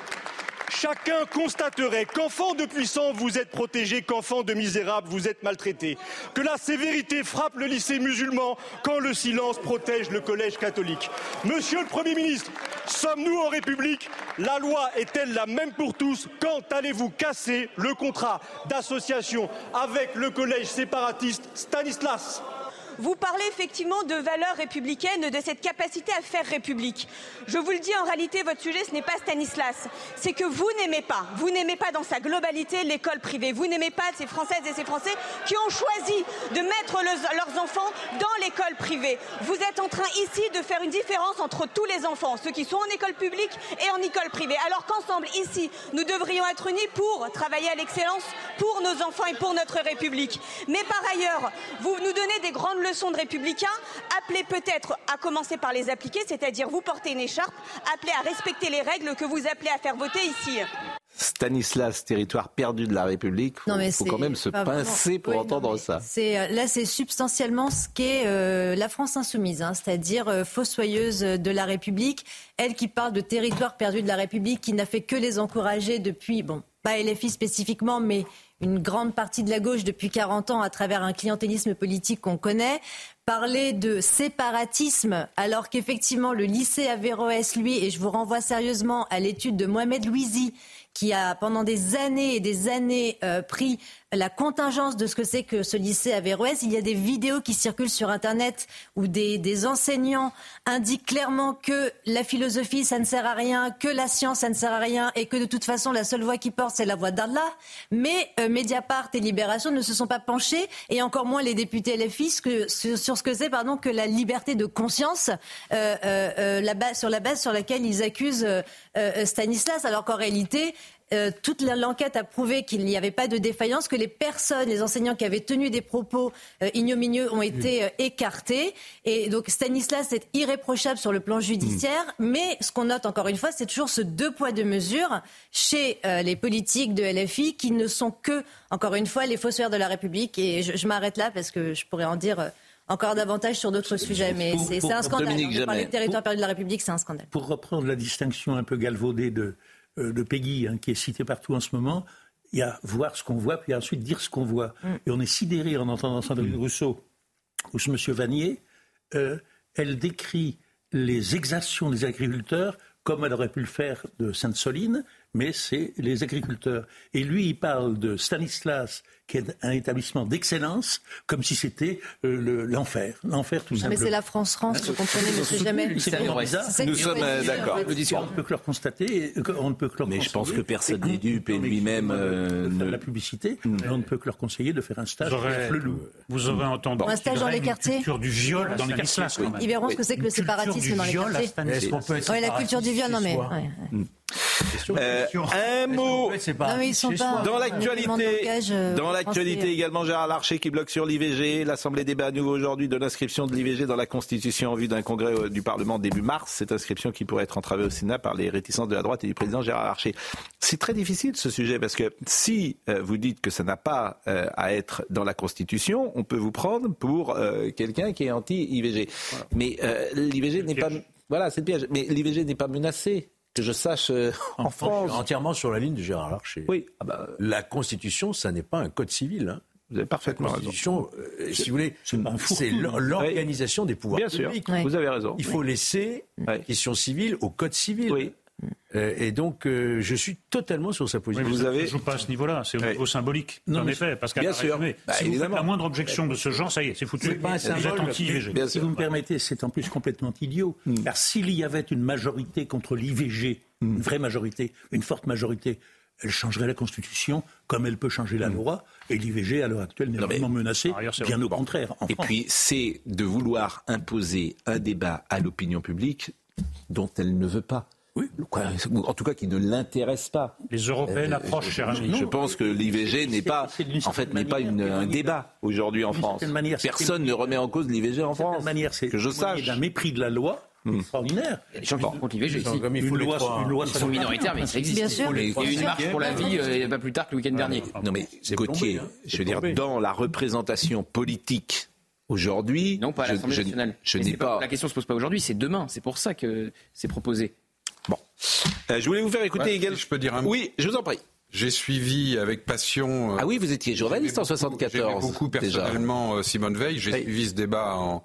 S16: chacun constaterait qu'enfant de puissants vous êtes protégés, qu'enfant de misérables vous êtes maltraités, que la sévérité frappe le lycée musulman quand le silence protège le collège catholique. Monsieur le Premier ministre, sommes-nous en République? La loi est-elle la même pour tous? Quand allez-vous casser le contrat d'association avec le collège séparatiste Stanislas?
S17: Vous parlez effectivement de valeurs républicaines, de cette capacité à faire république. Je vous le dis, en réalité, votre sujet, ce n'est pas Stanislas. C'est que vous n'aimez pas dans sa globalité l'école privée. Vous n'aimez pas ces Françaises et ces Français qui ont choisi de mettre leurs enfants dans l'école privée. Vous êtes en train ici de faire une différence entre tous les enfants, ceux qui sont en école publique et en école privée. Alors qu'ensemble, ici, nous devrions être unis pour travailler à l'excellence pour nos enfants et pour notre République. Mais par ailleurs, vous nous donnez des grandes leçons de républicains, appelez peut-être à commencer par les appliquer, c'est-à-dire vous porter une écharpe, appelez à respecter les règles que vous appelez à faire voter ici.
S1: Stanislas, territoire perdu de la République, il faut quand même se pincer pour entendre ça.
S13: Là, c'est substantiellement ce qu'est la France insoumise, c'est-à-dire fossoyeuse de la République. Elle qui parle de territoire perdu de la République, qui n'a fait que les encourager depuis, pas LFI spécifiquement, mais une grande partie de la gauche depuis 40 ans à travers un clientélisme politique qu'on connaît. Parler de séparatisme alors qu'effectivement le lycée Averroès, lui, et je vous renvoie sérieusement à l'étude de Mohamed Louisi, qui a pendant des années et des années pris la contingence de ce que c'est que ce lycée Averroès. Il y a des vidéos qui circulent sur Internet où des enseignants indiquent clairement que la philosophie, ça ne sert à rien, que la science, ça ne sert à rien, et que de toute façon, la seule voix qui porte, c'est la voix d'Allah. Mais Mediapart et Libération ne se sont pas penchés, et encore moins les députés LFI, sur ce que c'est que la liberté de conscience, sur la base sur laquelle ils accusent Stanislas, alors qu'en réalité, toute l'enquête a prouvé qu'il n'y avait pas de défaillance, que les enseignants qui avaient tenu des propos ignominieux ont été écartés. Et donc Stanislas est irréprochable sur le plan judiciaire, mais ce qu'on note encore une fois, c'est toujours ce 2 poids 2 mesures chez les politiques de LFI qui ne sont que, encore une fois, les fossoyeurs de la République. Et je m'arrête là parce que je pourrais en dire encore davantage sur d'autres sujets, mais c'est un scandale. Parler de territoire perdu de la République, c'est un scandale.
S10: Pour reprendre la distinction un peu galvaudée de Peggy, qui est citée partout en ce moment, il y a voir ce qu'on voit, puis ensuite dire ce qu'on voit. Et on est sidéré en entendant Sandrine Rousseau ou ce monsieur Vannier. Elle décrit les exactions des agriculteurs comme elle aurait pu le faire de Sainte-Soline, mais c'est les agriculteurs. Et lui, il parle de Stanislas, qui est un établissement d'excellence, comme si c'était l'enfer. L'enfer, tout simplement.
S13: Mais c'est la France, vous comprenez, monsieur Jamais.
S1: Nous sommes d'accord.
S10: On ne peut que leur constater, on ne peut que leur
S1: mais je pense que personne n'est dupe et lui-même
S10: la publicité, mais on ne peut que leur conseiller de faire un stage avec le loup.
S9: Vous aurez entendu
S13: un stage dans les quartiers.
S9: La culture du viol dans les quartiers.
S13: Ils verront ce que c'est que le séparatisme dans les quartiers. Oui, la culture du viol, non mais...
S1: un mot
S13: dans l'actualité
S1: l'actualité également, Gérard Larcher qui bloque sur l'IVG. L'Assemblée débat à nouveau aujourd'hui de l'inscription de l'IVG dans la Constitution en vue d'un congrès du Parlement début mars. Cette inscription qui pourrait être entravée au Sénat par les réticences de la droite et du président Gérard Larcher. C'est très difficile ce sujet parce que si vous dites que ça n'a pas à être dans la Constitution, on peut vous prendre pour quelqu'un qui est anti-IVG. Voilà. Mais l'IVG n'est pas... Voilà, c'est le piège. Mais l'IVG n'est pas menacée. Que je sache en France.
S7: Je suis entièrement sur la ligne de Gérard Larcher.
S1: Oui.
S7: La Constitution, ça n'est pas un code civil. Hein.
S1: Vous avez parfaitement
S7: raison. La Constitution, si vous voulez, c'est l'organisation des pouvoirs publics.
S1: Bien sûr, vous avez raison.
S7: Il faut laisser la question civile au code civil. Oui. Et donc, je suis totalement sur sa position.
S9: Oui, vous ne jouez pas à ce niveau-là, c'est au niveau symbolique. En effet, parce qu'à si vous faites la moindre objection de ce genre, ça y est, c'est foutu.
S10: Vous êtes anti-IVG. Si vous me permettez, c'est en plus complètement idiot. Car s'il y avait une majorité contre l'IVG, une vraie majorité, une forte majorité, elle changerait la Constitution comme elle peut changer la loi. Et l'IVG, à l'heure actuelle, n'est vraiment menacée, bien au contraire.
S1: Et puis, c'est de vouloir imposer un débat à l'opinion publique dont elle ne veut pas. Oui. En tout cas, qui ne l'intéresse pas.
S9: Les Européennes approchent, cher ami.
S1: Je pense que l'IVG n'est pas un débat aujourd'hui en France. Personne ne remet en cause l'IVG en France. Que je sache.
S10: C'est un mépris de la loi. Extraordinaire.
S5: Il y a des gens qui sont contre l'IVG.
S10: Une loi
S5: ils sont minoritaires, mais ça existe.
S13: Bien sûr.
S5: Il y a eu une marche pour la vie pas plus tard que le week-end dernier.
S1: Non mais Gauthier, je veux dire, dans la représentation politique aujourd'hui,
S5: non pas à l'Assemblée nationale.
S1: Je n'ai pas.
S5: La question se pose pas aujourd'hui, c'est demain. C'est pour ça que c'est proposé.
S1: Bon, je voulais vous faire écouter également.
S14: Je peux dire un mot.
S1: Oui, je vous en prie.
S14: J'ai suivi avec passion.
S1: Ah oui, vous étiez journaliste en 74.
S14: J'aimais beaucoup personnellement Simone Veil. J'ai suivi ce débat en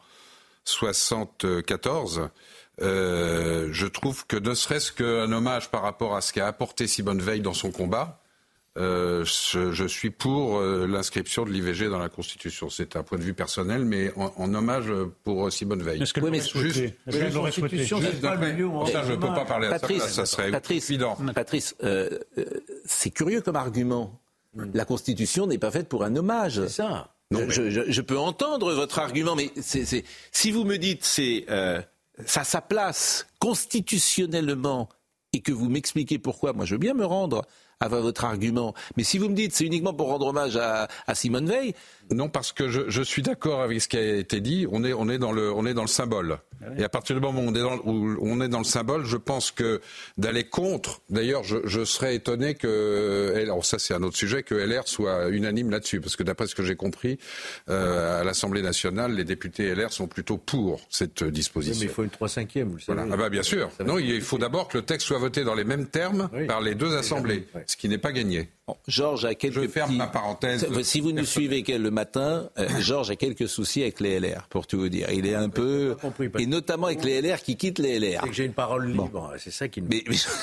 S14: 74. Je trouve que ne serait-ce qu'un hommage par rapport à ce qu'a apporté Simone Veil dans son combat, je suis pour l'inscription de l'IVG dans la Constitution. C'est un point de vue personnel, mais en hommage pour Simone Veil.
S9: Est-ce que l'aurait souhaité
S14: je ne peux pas parler à ça serait évident.
S1: Patrice, c'est curieux comme argument. La Constitution n'est pas faite pour un hommage.
S7: C'est ça.
S1: Je peux entendre votre argument, mais si vous me dites ça a sa place constitutionnellement et que vous m'expliquez pourquoi, moi je veux bien me rendre à votre argument. Mais si vous me dites c'est uniquement pour rendre hommage à Simone Veil...
S14: Non, parce que je suis d'accord avec ce qui a été dit. On est dans le symbole. Et à partir du moment où on est dans le symbole, je pense que d'aller contre... D'ailleurs, je serais étonné que... Alors ça, c'est un autre sujet, que LR soit unanime là-dessus. Parce que d'après ce que j'ai compris, à l'Assemblée nationale, les députés LR sont plutôt pour cette disposition.
S7: Oui, mais il faut une 3/5e, vous le savez.
S14: Voilà. Ah bah bien sûr. Non, il faut d'abord que le texte soit voté dans les mêmes termes par les deux assemblées, ce qui n'est pas gagné.
S1: Bon, Georges a quelques
S14: ferme ma parenthèse.
S1: Si vous nous suivez le matin, Georges a quelques soucis avec les LR, pour tout vous dire. Il est un peu... Et notamment avec les LR qui quittent les LR.
S7: C'est que j'ai une parole libre, c'est ça qui me...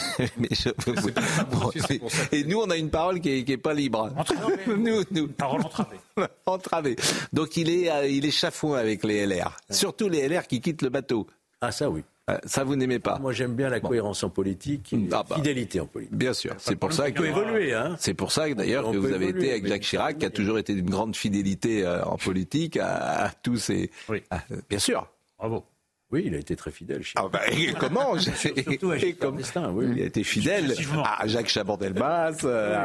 S1: Et nous, on a une parole qui est pas libre. Nous.
S9: Parole entravée.
S1: Entravée. Donc il est chafouin avec les LR. Surtout les LR qui quittent le bateau.
S7: Ah ça oui.
S1: Ça, vous n'aimez pas.
S7: Moi, j'aime bien la cohérence en politique, la fidélité en politique.
S1: Bien sûr, c'est pour ça
S7: que évoluer. Hein.
S1: C'est pour ça d'ailleurs que vous avez été avec Jacques Chirac, qui a toujours été d'une grande fidélité en politique à tous ces. Oui. Bien sûr.
S9: Bravo.
S7: Oui, il a été très fidèle.
S1: Comment
S7: Surtout à Giscard d'Estaing, oui.
S1: Il a été fidèle à Jacques Chaban-Delmas,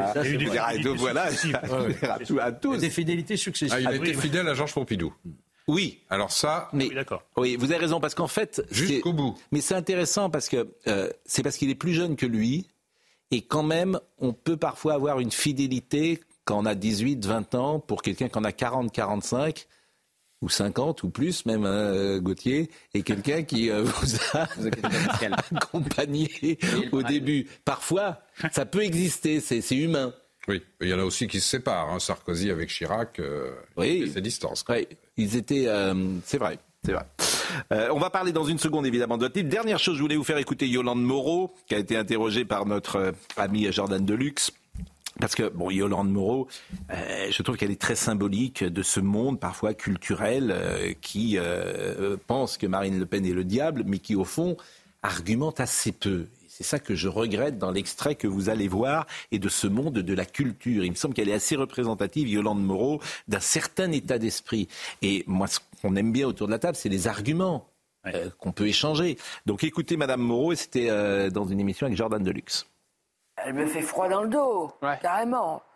S1: à tous.
S7: Des fidélités successives.
S14: Il a été fidèle à Georges Pompidou.
S1: Oui.
S14: Alors ça,
S1: oui, d'accord. Oui, vous avez raison, parce qu'en fait...
S14: Jusqu'au bout.
S1: Mais c'est intéressant parce que c'est parce qu'il est plus jeune que lui, et quand même, on peut parfois avoir une fidélité quand on a 18, 20 ans, pour quelqu'un qui en a 40, 45, ou 50, ou plus même, Gauthier, et quelqu'un qui vous a accompagné au début. Parfois, ça peut exister, c'est humain.
S14: Oui, il y en a aussi qui se séparent. Sarkozy avec Chirac,
S1: oui,
S14: c'est distance.
S1: Oui, ils étaient... c'est vrai. On va parler dans une seconde, évidemment, de votre livre. Dernière chose, je voulais vous faire écouter Yolande Moreau, qui a été interrogée par notre ami Jordan Deluxe. Parce que, Yolande Moreau, je trouve qu'elle est très symbolique de ce monde, parfois culturel, qui pense que Marine Le Pen est le diable, mais qui, au fond, argumente assez peu. C'est ça que je regrette dans l'extrait que vous allez voir, et de ce monde de la culture. Il me semble qu'elle est assez représentative, Yolande Moreau, d'un certain état d'esprit. Et moi, ce qu'on aime bien autour de la table, c'est les arguments qu'on peut échanger. Donc écoutez Madame Moreau, et c'était dans une émission avec Jordan Deluxe.
S18: Elle me fait froid dans le dos, carrément.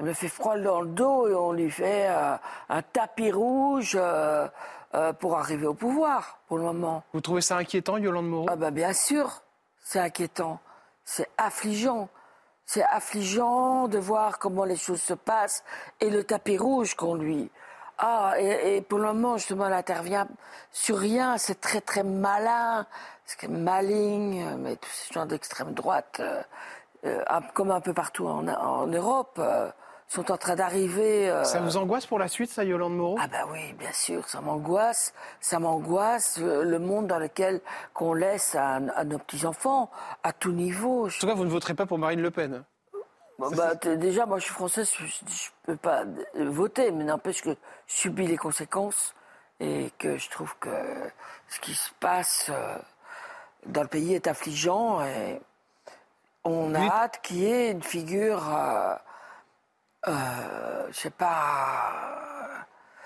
S18: Elle me fait froid dans le dos et on lui fait un tapis rouge pour arriver au pouvoir, pour le moment.
S19: Vous trouvez ça inquiétant, Yolande Moreau ?
S18: Ah bah bien sûr, c'est inquiétant. C'est affligeant. C'est affligeant de voir comment les choses se passent et le tapis rouge qu'on lui... et pour le moment, justement, elle n'intervient sur rien. C'est très, très malin, c'est maligne, mais tous ces gens d'extrême droite, comme un peu partout en Europe, sont en train d'arriver...
S19: Ça vous angoisse pour la suite, ça, Yolande Moreau ?
S18: Ah bah oui, bien sûr, ça m'angoisse. Ça m'angoisse le monde dans lequel qu'on laisse à nos petits-enfants, à tout niveau.
S19: En tout cas, vous ne voterez pas pour Marine Le Pen ?
S18: Déjà, moi, je suis française, je ne peux pas voter, mais n'empêche que je subis les conséquences et que je trouve que ce qui se passe dans le pays est affligeant et on a hâte qu'il y ait une figure... je sais pas,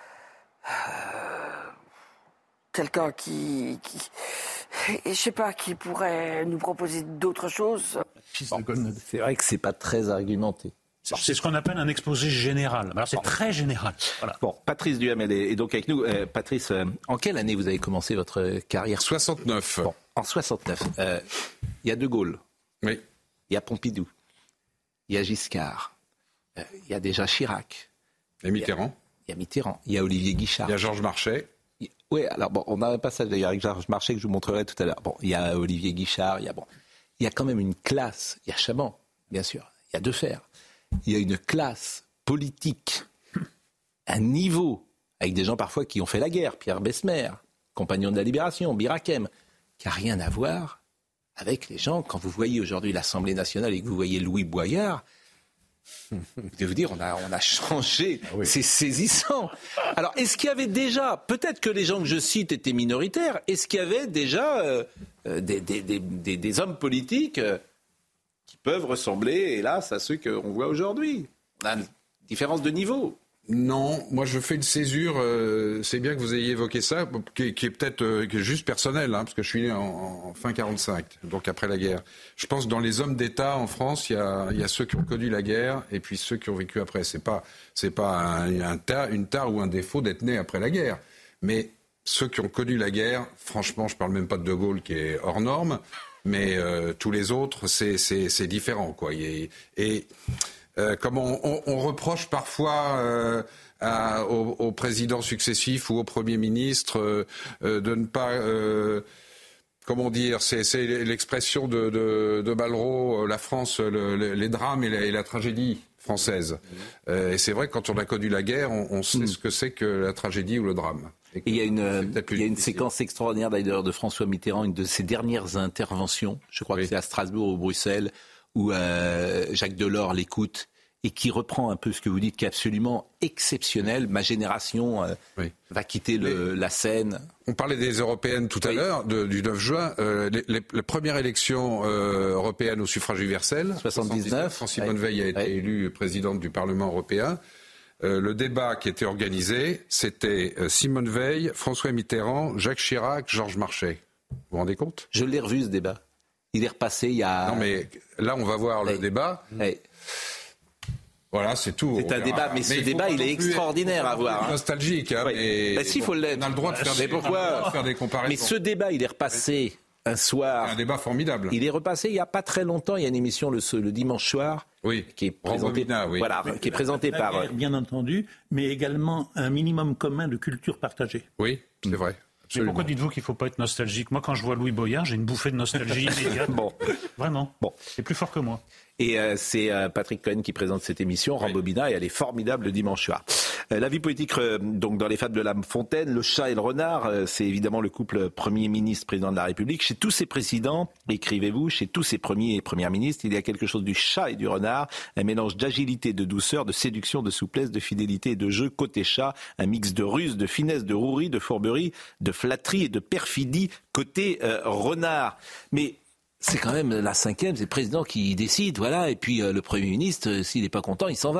S18: quelqu'un qui je sais pas, qui pourrait nous proposer d'autres choses.
S1: C'est vrai que c'est pas très argumenté.
S9: C'est ce qu'on appelle un exposé général. Alors c'est très général. Voilà.
S1: Bon, Patrice Duhamel est donc avec nous. Patrice, en quelle année vous avez commencé votre carrière ?
S14: 69.
S1: Bon, en 69. Il y a De Gaulle.
S14: Oui.
S1: Il y a Pompidou. Il y a Giscard. Il y a déjà Chirac.
S14: Et Mitterrand.
S1: Il y a Mitterrand. Il y a Olivier Guichard.
S14: Il y a Georges Marchais.
S1: Oui, alors bon, on a un passage d'ailleurs avec Georges Marchais que je vous montrerai tout à l'heure. Bon, il y a Olivier Guichard. Il y a quand même une classe. Il y a Chaban, bien sûr. Il y a Defer. Il y a une classe politique, un niveau, avec des gens parfois qui ont fait la guerre. Pierre Besmer, compagnon de la Libération, Birakem, qui n'a rien à voir avec les gens. Quand vous voyez aujourd'hui l'Assemblée nationale et que vous voyez Louis Boyard, vous devez vous dire, on a changé, c'est saisissant. Alors, est-ce qu'il y avait déjà, peut-être que les gens que je cite étaient minoritaires, est-ce qu'il y avait déjà des hommes politiques qui peuvent ressembler, hélas, à ceux qu'on voit aujourd'hui ? On a une différence de niveau.
S14: Non, moi je fais une césure, c'est bien que vous ayez évoqué ça, qui est peut-être juste personnel, parce que je suis né en fin 45, donc après la guerre. Je pense que dans les hommes d'État en France, il y a ceux qui ont connu la guerre et puis ceux qui ont vécu après. C'est pas une tare ou un défaut d'être né après la guerre. Mais ceux qui ont connu la guerre, franchement, je parle même pas de De Gaulle qui est hors norme, mais tous les autres, c'est différent, quoi. Comme on reproche parfois aux présidents successifs ou aux premiers ministres de ne pas... comment dire, c'est l'expression de Malraux, la France, les drames et la tragédie française. Et c'est vrai que quand on a connu la guerre, on sait ce que c'est que la tragédie ou le drame.
S1: Et il y a une séquence extraordinaire d'ailleurs de François Mitterrand, une de ses dernières interventions, je crois que c'est à Strasbourg ou Bruxelles, où Jacques Delors l'écoute et qui reprend un peu ce que vous dites, qui est absolument exceptionnel. Ma génération va quitter la scène.
S14: On parlait des européennes tout à l'heure, du 9 juin. Les premières élections européennes au suffrage universel,
S1: 79,
S14: quand Simone Veil a été élue présidente du Parlement européen. Le débat qui était organisé, c'était Simone Veil, François Mitterrand, Jacques Chirac, Georges Marchais. Vous vous rendez compte ?
S1: Je l'ai revu ce débat. Il est repassé il y a...
S14: Non mais là on va voir le débat. Voilà, c'est tout.
S1: C'est un débat, mais ce débat, il est extraordinaire à voir.
S14: Nostalgique,
S1: mais si, il faut l'être.
S14: On a le droit de faire des comparaisons.
S1: Mais ce débat, il est repassé un soir.
S14: C'est un débat formidable.
S1: Il est repassé il n'y a pas très longtemps. Il y a une émission le dimanche soir qui est présentée, qui est présentée par...
S10: Bien entendu, mais également un minimum commun de culture partagée.
S14: Oui, c'est vrai.
S9: Mais pourquoi dites-vous qu'il ne faut pas être nostalgique ? Moi, quand je vois Louis Boyard, j'ai une bouffée de nostalgie immédiate. Vraiment. C'est plus fort que moi.
S1: Et c'est Patrick Cohen qui présente cette émission, Rambobina, et elle est formidable le dimanche soir. La vie politique, donc dans les fables de La Fontaine, le chat et le renard, c'est évidemment le couple Premier ministre, président de la République. Chez tous ces présidents, écrivez-vous, chez tous ces premiers et premières ministres, il y a quelque chose du chat et du renard, un mélange d'agilité, de douceur, de séduction, de souplesse, de fidélité et de jeu côté chat, un mix de ruse, de finesse, de rouerie, de fourberie, de flatterie et de perfidie côté renard. Mais c'est quand même la cinquième, c'est le président qui décide, voilà, et puis le Premier ministre, s'il n'est pas content, il s'en va.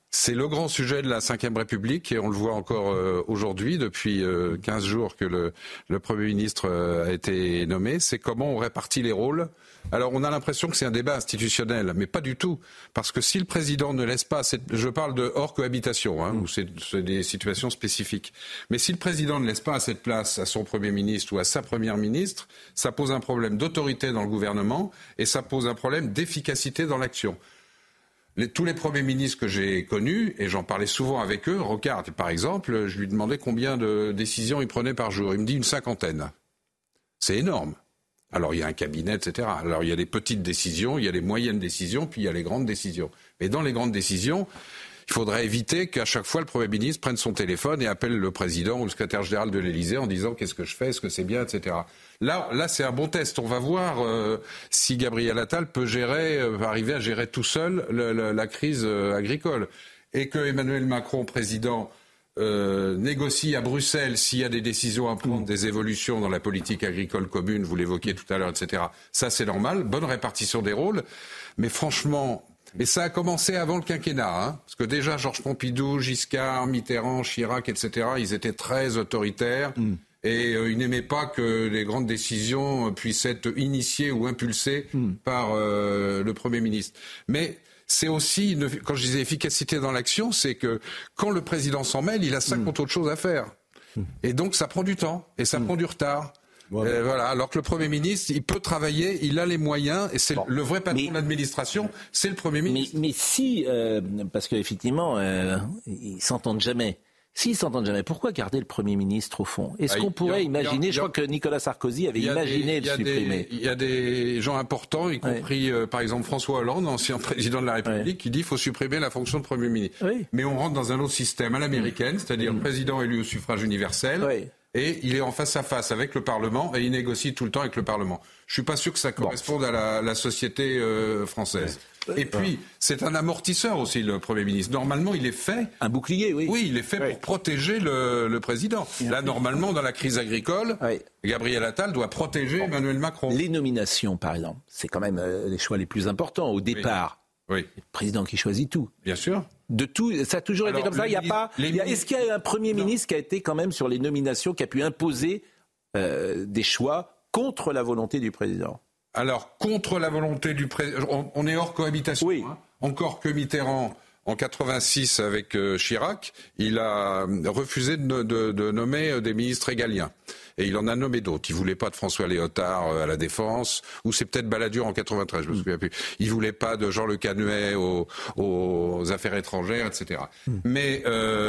S14: C'est le grand sujet de la Ve République et on le voit encore aujourd'hui, depuis 15 jours que le Premier ministre a été nommé. C'est comment on répartit les rôles. Alors on a l'impression que c'est un débat institutionnel, mais pas du tout. Parce que si le président ne laisse pas, je parle de hors cohabitation, où c'est des situations spécifiques. Mais si le président ne laisse pas cette place à son Premier ministre ou à sa Première ministre, ça pose un problème d'autorité dans le gouvernement et ça pose un problème d'efficacité dans l'action. Tous les premiers ministres que j'ai connus, et j'en parlais souvent avec eux, Rocard par exemple, je lui demandais combien de décisions il prenait par jour. Il me dit une 50aine. C'est énorme. Alors il y a un cabinet, etc. Alors il y a des petites décisions, il y a les moyennes décisions, puis il y a les grandes décisions. Mais dans les grandes décisions, il faudrait éviter qu'à chaque fois le Premier ministre prenne son téléphone et appelle le président ou le secrétaire général de l'Élysée en disant qu'est-ce que je fais, est-ce que c'est bien, etc. Là, c'est un bon test. On va voir si Gabriel Attal peut arriver à gérer tout seul la crise agricole. Et que Emmanuel Macron, président, négocie à Bruxelles s'il y a des décisions à prendre, des évolutions dans la politique agricole commune, vous l'évoquiez tout à l'heure, etc. Ça, c'est normal. Bonne répartition des rôles. Mais franchement... Et ça a commencé avant le quinquennat, parce que déjà Georges Pompidou, Giscard, Mitterrand, Chirac, etc., ils étaient très autoritaires et ils n'aimaient pas que les grandes décisions puissent être initiées ou impulsées par le Premier ministre. Mais c'est aussi, quand je disais efficacité dans l'action, c'est que quand le président s'en mêle, il a 50 autres choses à faire. Et donc ça prend du temps et ça prend du retard. Voilà. Alors que le Premier ministre, il peut travailler, il a les moyens, et c'est le vrai patron de l'administration, c'est le Premier ministre.
S1: Mais si, parce qu'effectivement, ils s'entendent jamais. S'ils s'entendent jamais, pourquoi garder le Premier ministre au fond ? Est-ce qu'on pourrait imaginer, je crois que Nicolas Sarkozy avait imaginé de supprimer.
S14: Il y a des gens importants, y compris par exemple François Hollande, ancien président de la République, qui dit qu'il faut supprimer la fonction de Premier ministre. Mais on rentre dans un autre système à l'américaine, c'est-à-dire le président élu au suffrage universel. Et il est en face à face avec le Parlement et il négocie tout le temps avec le Parlement. Je suis pas sûr que ça corresponde à la société française. Et puis, c'est un amortisseur aussi, le Premier ministre. Normalement, il est fait...
S1: Un bouclier, oui.
S14: Oui, il est fait pour protéger le président. Là, normalement, dans la crise agricole, Gabriel Attal doit protéger Emmanuel Macron.
S1: Les nominations, par exemple, c'est quand même les choix les plus importants au départ.
S14: Oui.
S1: Le président qui choisit tout.
S14: Bien sûr.
S1: De tout, ça a toujours été comme ça. Est-ce qu'il y a un Premier ministre qui a été quand même sur les nominations, qui a pu imposer des choix contre la volonté du président ?
S14: Alors, contre la volonté du président, on est hors cohabitation. Oui. Encore que Mitterrand, en 86 avec Chirac, il a refusé de nommer des ministres régaliens. Et il en a nommé d'autres. Il voulait pas de François Léotard à la Défense, ou c'est peut-être Balladur en 93, je me souviens plus. Il voulait pas de Jean Le Canuet aux affaires étrangères, etc. Mais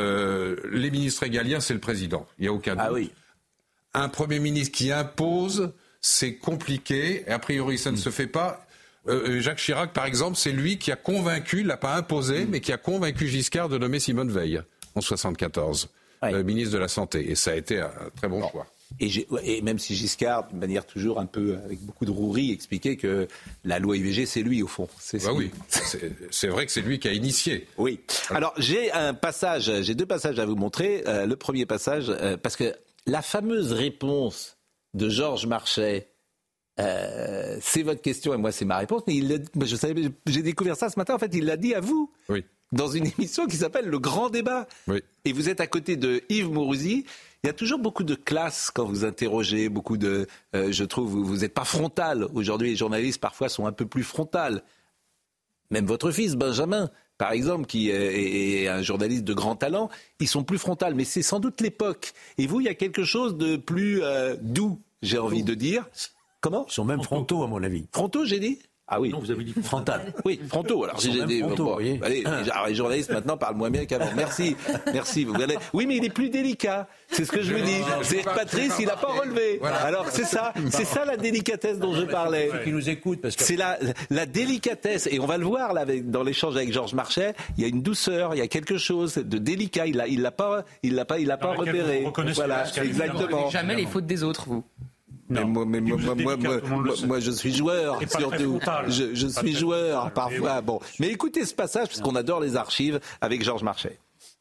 S14: les ministres régaliens, c'est le président. Il y a aucun doute.
S1: Ah oui.
S14: Un Premier ministre qui impose, c'est compliqué. Et a priori, ça ne se fait pas. Jacques Chirac, par exemple, c'est lui qui a convaincu, il l'a pas imposé, mais qui a convaincu Giscard de nommer Simone Veil en 74, ministre de la Santé. Et ça a été un très bon choix.
S1: Et même si Giscard, de manière toujours un peu avec beaucoup de rouerie, expliquait que la loi IVG, c'est lui au fond.
S14: Oui, c'est vrai que c'est lui qui a initié.
S1: Oui. Alors j'ai deux passages à vous montrer. Le premier passage, parce que la fameuse réponse de Georges Marchais, c'est votre question et moi c'est ma réponse. Mais j'ai découvert ça ce matin. En fait, il l'a dit à vous.
S14: Oui.
S1: Dans une émission qui s'appelle Le Grand Débat.
S14: Oui.
S1: Et vous êtes à côté de Yves Mourouzi. Il y a toujours beaucoup de classe quand vous interrogez, beaucoup de... je trouve, vous n'êtes pas frontal. Aujourd'hui, les journalistes, parfois, sont un peu plus frontales. Même votre fils, Benjamin, par exemple, qui est un journaliste de grand talent, ils sont plus frontales. Mais c'est sans doute l'époque. Et vous, il y a quelque chose de plus doux, j'ai envie de dire. Comment ?
S7: Ils sont même frontaux, à mon avis.
S1: Frontaux, j'ai dit ? Ah oui.
S7: Non, vous avez dit frontal.
S1: Oui, frontaux. Alors, j'ai dit, allez, les journalistes maintenant parlent moins bien qu'avant. Merci. Vous allez... Oui, mais il est plus délicat. C'est ce que je me dis. C'est Patrice, il n'a pas relevé. Voilà. Alors, c'est ça la délicatesse dont je parlais.
S7: Ceux qui nous écoutent, parce que...
S1: C'est la délicatesse. Et on va le voir, là, dans l'échange avec Georges Marchais. Il y a une douceur, il y a quelque chose de délicat. Il l'a pas repéré. Voilà, exactement.
S5: Jamais les fautes des autres, vous.
S1: Mais moi, je suis joueur, surtout. Je suis joueur, parfois. Bon. Mais écoutez ce passage, parce qu'on adore les archives, avec Georges Marchais.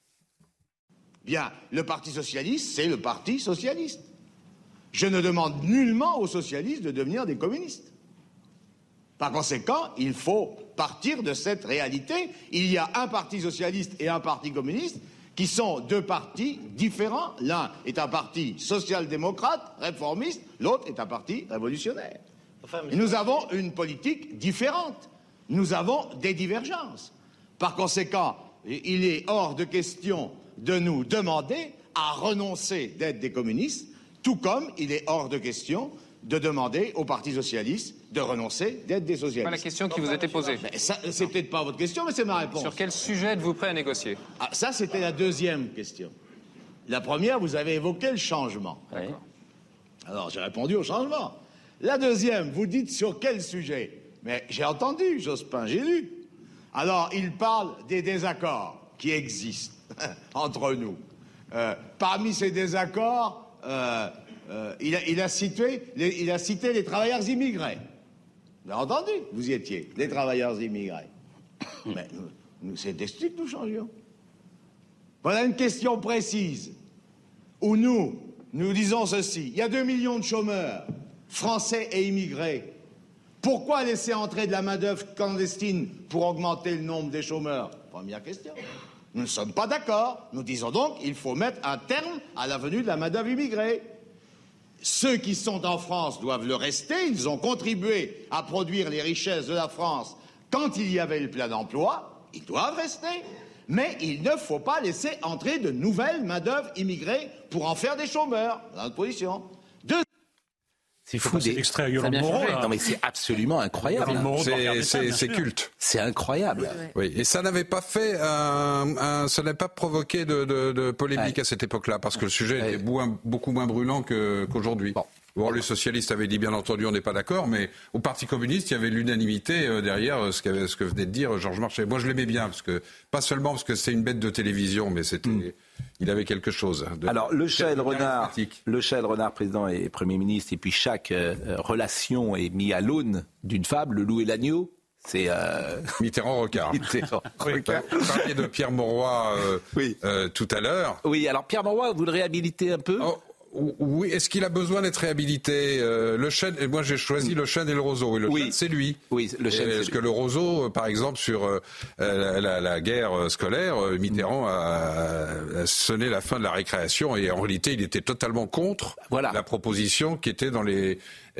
S2: Bien, le Parti socialiste, c'est le Parti socialiste. Je ne demande nullement aux socialistes de devenir des communistes. Par conséquent, il faut partir de cette réalité. Il y a un parti socialiste et un parti communiste qui sont deux partis différents. L'un est un parti social-démocrate, réformiste, l'autre est un parti révolutionnaire. Et nous avons une politique différente. Nous avons des divergences. Par conséquent, il est hors de question de nous demander à renoncer d'être des communistes, tout comme il est hors de question de demander au Parti socialiste de renoncer d'être des socialistes.
S3: C'est pas la question qui vous était posée.
S2: C'est peut-être pas votre question, mais c'est ma réponse.
S3: Sur quel sujet êtes-vous prêt à négocier?
S2: Ça, c'était la deuxième question. La première, vous avez évoqué le changement.
S3: Oui.
S2: Alors, j'ai répondu au changement. La deuxième, vous dites sur quel sujet? Mais j'ai entendu Jospin, j'ai lu. Alors, il parle des désaccords qui existent entre nous. Parmi ces désaccords, il a cité les travailleurs immigrés. Vous avez entendu? Vous y étiez, les travailleurs immigrés. Mais c'est destiné que nous changions. Voilà une question précise où nous disons ceci. Il y a 2 millions de chômeurs, français et immigrés. Pourquoi laisser entrer de la main-d'œuvre clandestine pour augmenter le nombre des chômeurs? Première question. Nous ne sommes pas d'accord. Nous disons donc qu'il faut mettre un terme à la venue de la main-d'œuvre immigrée. Ceux qui sont en France doivent le rester. Ils ont contribué à produire les richesses de la France quand il y avait le plein d'emploi. Ils doivent rester. Mais il ne faut pas laisser entrer de nouvelles main-d'œuvre immigrées pour en faire des chômeurs. Dans notre position.
S1: C'est fou.
S9: C'est extrait à Yolande Moreau.
S1: Non, mais c'est absolument incroyable.
S14: C'est culte.
S1: C'est incroyable.
S14: Oui, et ça n'avait pas fait ça n'avait pas provoqué de polémique à cette époque-là, parce que le sujet était beaucoup moins brûlant qu'aujourd'hui. Bon, les socialistes avaient dit, bien entendu, on n'est pas d'accord, mais au Parti communiste, il y avait l'unanimité derrière ce que venait de dire Georges Marchais. Moi, je l'aimais bien, parce que pas seulement parce que c'était une bête de télévision, mais il avait quelque chose.
S1: Alors, le chat et le renard, président et Premier ministre, et puis chaque relation est mise à l'aune d'une fable, le loup et l'agneau. C'est
S14: Mitterrand-Rocard.
S1: Mitterrand-Rocard.
S14: Vous parliez de Pierre Mauroy tout à l'heure.
S1: Oui, alors Pierre Mauroy, vous le réhabilitez un peu?
S14: Oui, est-ce qu'il a besoin d'être réhabilité? Le chêne, moi j'ai choisi le chêne et le roseau. Et le chêne, c'est lui.
S1: Oui, le chêne.
S14: Parce que le roseau, par exemple, sur la guerre scolaire, Mitterrand a sonné la fin de la récréation, et en réalité, il était totalement contre la proposition qui était dans les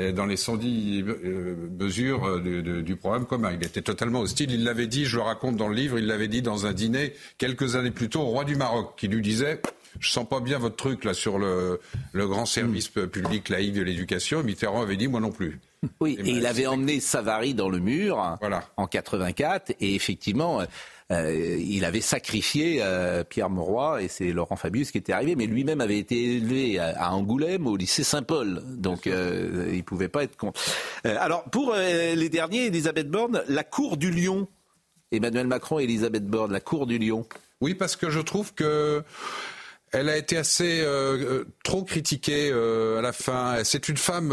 S14: 110 mesures du programme commun. Il était totalement hostile. Il l'avait dit, je le raconte dans le livre, il l'avait dit dans un dîner quelques années plus tôt au roi du Maroc, qui lui disait: je sens pas bien votre truc là sur le grand service public laïque de l'éducation. Mitterrand avait dit, moi non plus.
S1: Oui, et il avait emmené Savary dans le mur en 84, et effectivement, il avait sacrifié Pierre Mauroy, et c'est Laurent Fabius qui était arrivé, mais lui-même avait été élevé à Angoulême, au lycée Saint-Paul, donc il pouvait pas être contre. Alors, pour les derniers, Elisabeth Borne, la cour du lion. Emmanuel Macron et Elisabeth Borne, la cour du lion.
S14: Oui, parce que je trouve que elle a été assez trop critiquée à la fin. C'est une femme,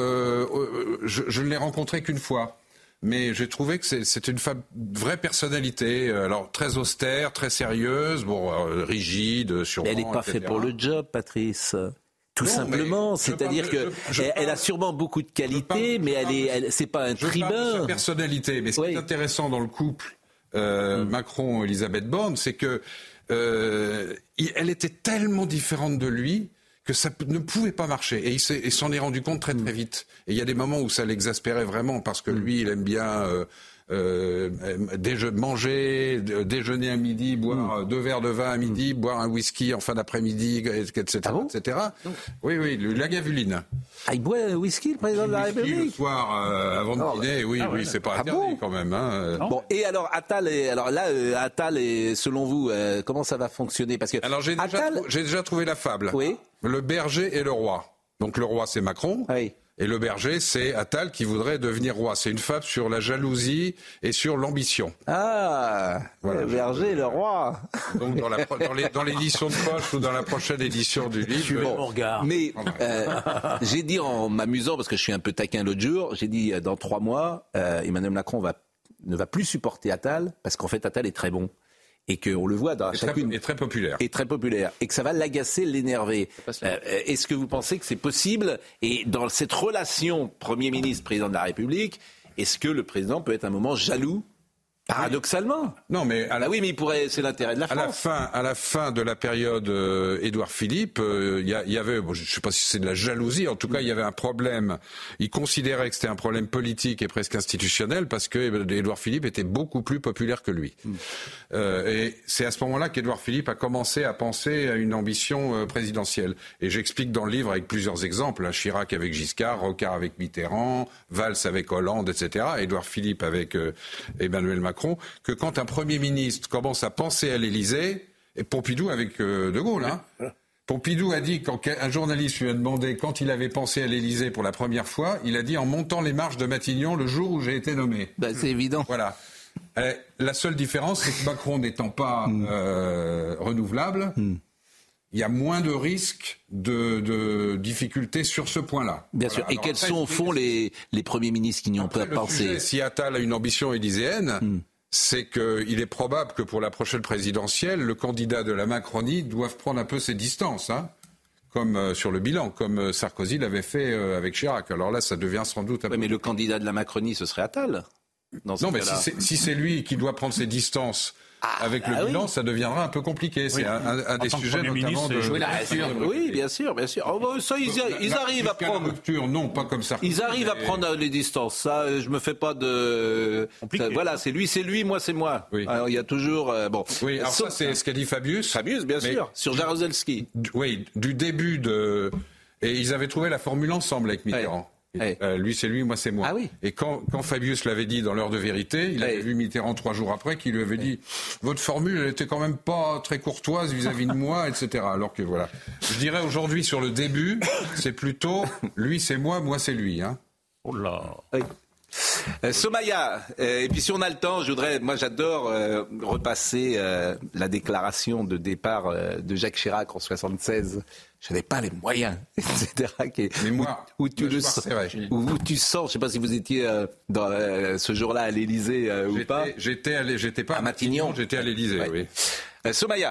S14: je ne l'ai rencontrée qu'une fois, mais j'ai trouvé que c'est une femme, vraie personnalité, alors très austère, très sérieuse, rigide, sûrement.
S1: Mais elle n'est pas faite pour le job, Patrice. Tout simplement, c'est-à-dire qu'elle a sûrement beaucoup de qualités, mais c'est pas un tribun.
S14: Je parle de sa personnalité, mais ce qui est intéressant dans le couple Macron-Elisabeth Borne, c'est que elle était tellement différente de lui que ça ne pouvait pas marcher. Et il s'en est rendu compte très très vite. Et il y a des moments où ça l'exaspérait vraiment, parce que lui, il aime bien manger, déjeuner à midi, boire 2 verres de vin à midi, boire un whisky en fin d'après-midi, etc. etc. Oui, la gavuline.
S1: Ah, il boit un whisky, le président de la République?
S14: Le soir, avant de dîner, oui, c'est pas interdit quand même.
S1: Bon, et alors, Attal, selon vous, comment ça va fonctionner? Parce que
S14: alors, j'ai déjà trouvé la fable.
S1: Oui.
S14: Le berger et le roi. Donc, le roi, c'est Macron.
S1: Oui.
S14: Et le berger, c'est Attal qui voudrait devenir roi. C'est une fable sur la jalousie et sur l'ambition.
S1: Ah, voilà, le berger et le roi.
S14: Donc dans l'édition de poche ou dans la prochaine édition du livre.
S1: Mais j'ai dit en m'amusant, parce que je suis un peu taquin l'autre jour, j'ai dit dans 3 mois, Emmanuel Macron ne va plus supporter Attal, parce qu'en fait Attal est très bon. Et qu'on le voit dans chacune.
S14: Et très populaire.
S1: Et très populaire. Et que ça va l'agacer, l'énerver. Est-ce que vous pensez que c'est possible? Et dans cette relation Premier ministre, Président de la République, est-ce que le président peut être un moment jaloux ? Paradoxalement.
S14: Non, mais
S1: oui, mais il pourrait. C'est l'intérêt de la France.
S14: À la fin de la période Édouard Philippe, il y avait, je ne sais pas si c'est de la jalousie. En tout cas, il y avait un problème. Il considérait que c'était un problème politique et presque institutionnel parce que Édouard Philippe était beaucoup plus populaire que lui. Et c'est à ce moment-là qu'Édouard Philippe a commencé à penser à une ambition présidentielle. Et j'explique dans le livre avec plusieurs exemples. Chirac avec Giscard, Rocard avec Mitterrand, Valls avec Hollande, etc. Édouard Philippe avec Emmanuel Macron. Que quand un Premier ministre commence à penser à l'Élysée, et Pompidou avec De Gaulle, Pompidou a dit, quand un journaliste lui a demandé quand il avait pensé à l'Élysée pour la première fois, il a dit en montant les marches de Matignon le jour où j'ai été nommé.
S1: C'est évident.
S14: Voilà. La seule différence, c'est que Macron n'étant pas renouvelable, il y a moins de risques de difficultés sur ce point-là.
S1: Bien sûr. Et alors, quels sont au fond les premiers ministres qui n'y ont pas pensé ?
S14: Si Attal a une ambition élyséenne, c'est qu'il est probable que pour la prochaine présidentielle, le candidat de la Macronie doive prendre un peu ses distances, comme sur le bilan, comme Sarkozy l'avait fait avec Chirac. Alors là, ça devient sans doute un peu...
S1: Mais le candidat de la Macronie, ce serait Attal.
S14: Non, mais si c'est lui qui doit prendre ses distances avec le bilan, ça deviendra un peu compliqué. C'est un des sujets notamment de...
S1: Oui, bien sûr. Oh, ça, ils arrivent à prendre...
S14: Rupture, non, pas comme ça.
S1: Ils arrivent à prendre les distances. Ça, je me fais pas de... Ça, voilà, c'est lui, moi, c'est moi.
S14: Oui.
S1: Alors, il y a toujours...
S14: Oui, alors ça, c'est ce qu'a dit Fabius.
S1: Fabius, bien sûr, sur Jaruzelski.
S14: Oui, du début de... Et ils avaient trouvé la formule ensemble avec Mitterrand. Lui c'est lui, moi c'est moi. Et quand Fabius l'avait dit dans l'heure de vérité, il avait vu Mitterrand 3 jours après qui lui avait dit votre formule elle était quand même pas très courtoise vis-à-vis de moi, etc. Alors que voilà. Je dirais aujourd'hui sur le début, c'est plutôt lui c'est moi c'est lui.
S9: Oh là.
S1: Somaya, et puis si on a le temps, j'adore repasser la déclaration de départ de Jacques Chirac en 1976. Je n'avais pas les moyens, etc.
S14: Mais moi,
S1: où tu sens, je ne sais pas si vous étiez dans ce jour-là à l'Élysée ou pas.
S14: J'étais pas à Matignon, j'étais à l'Élysée. Oui.
S1: Somaya.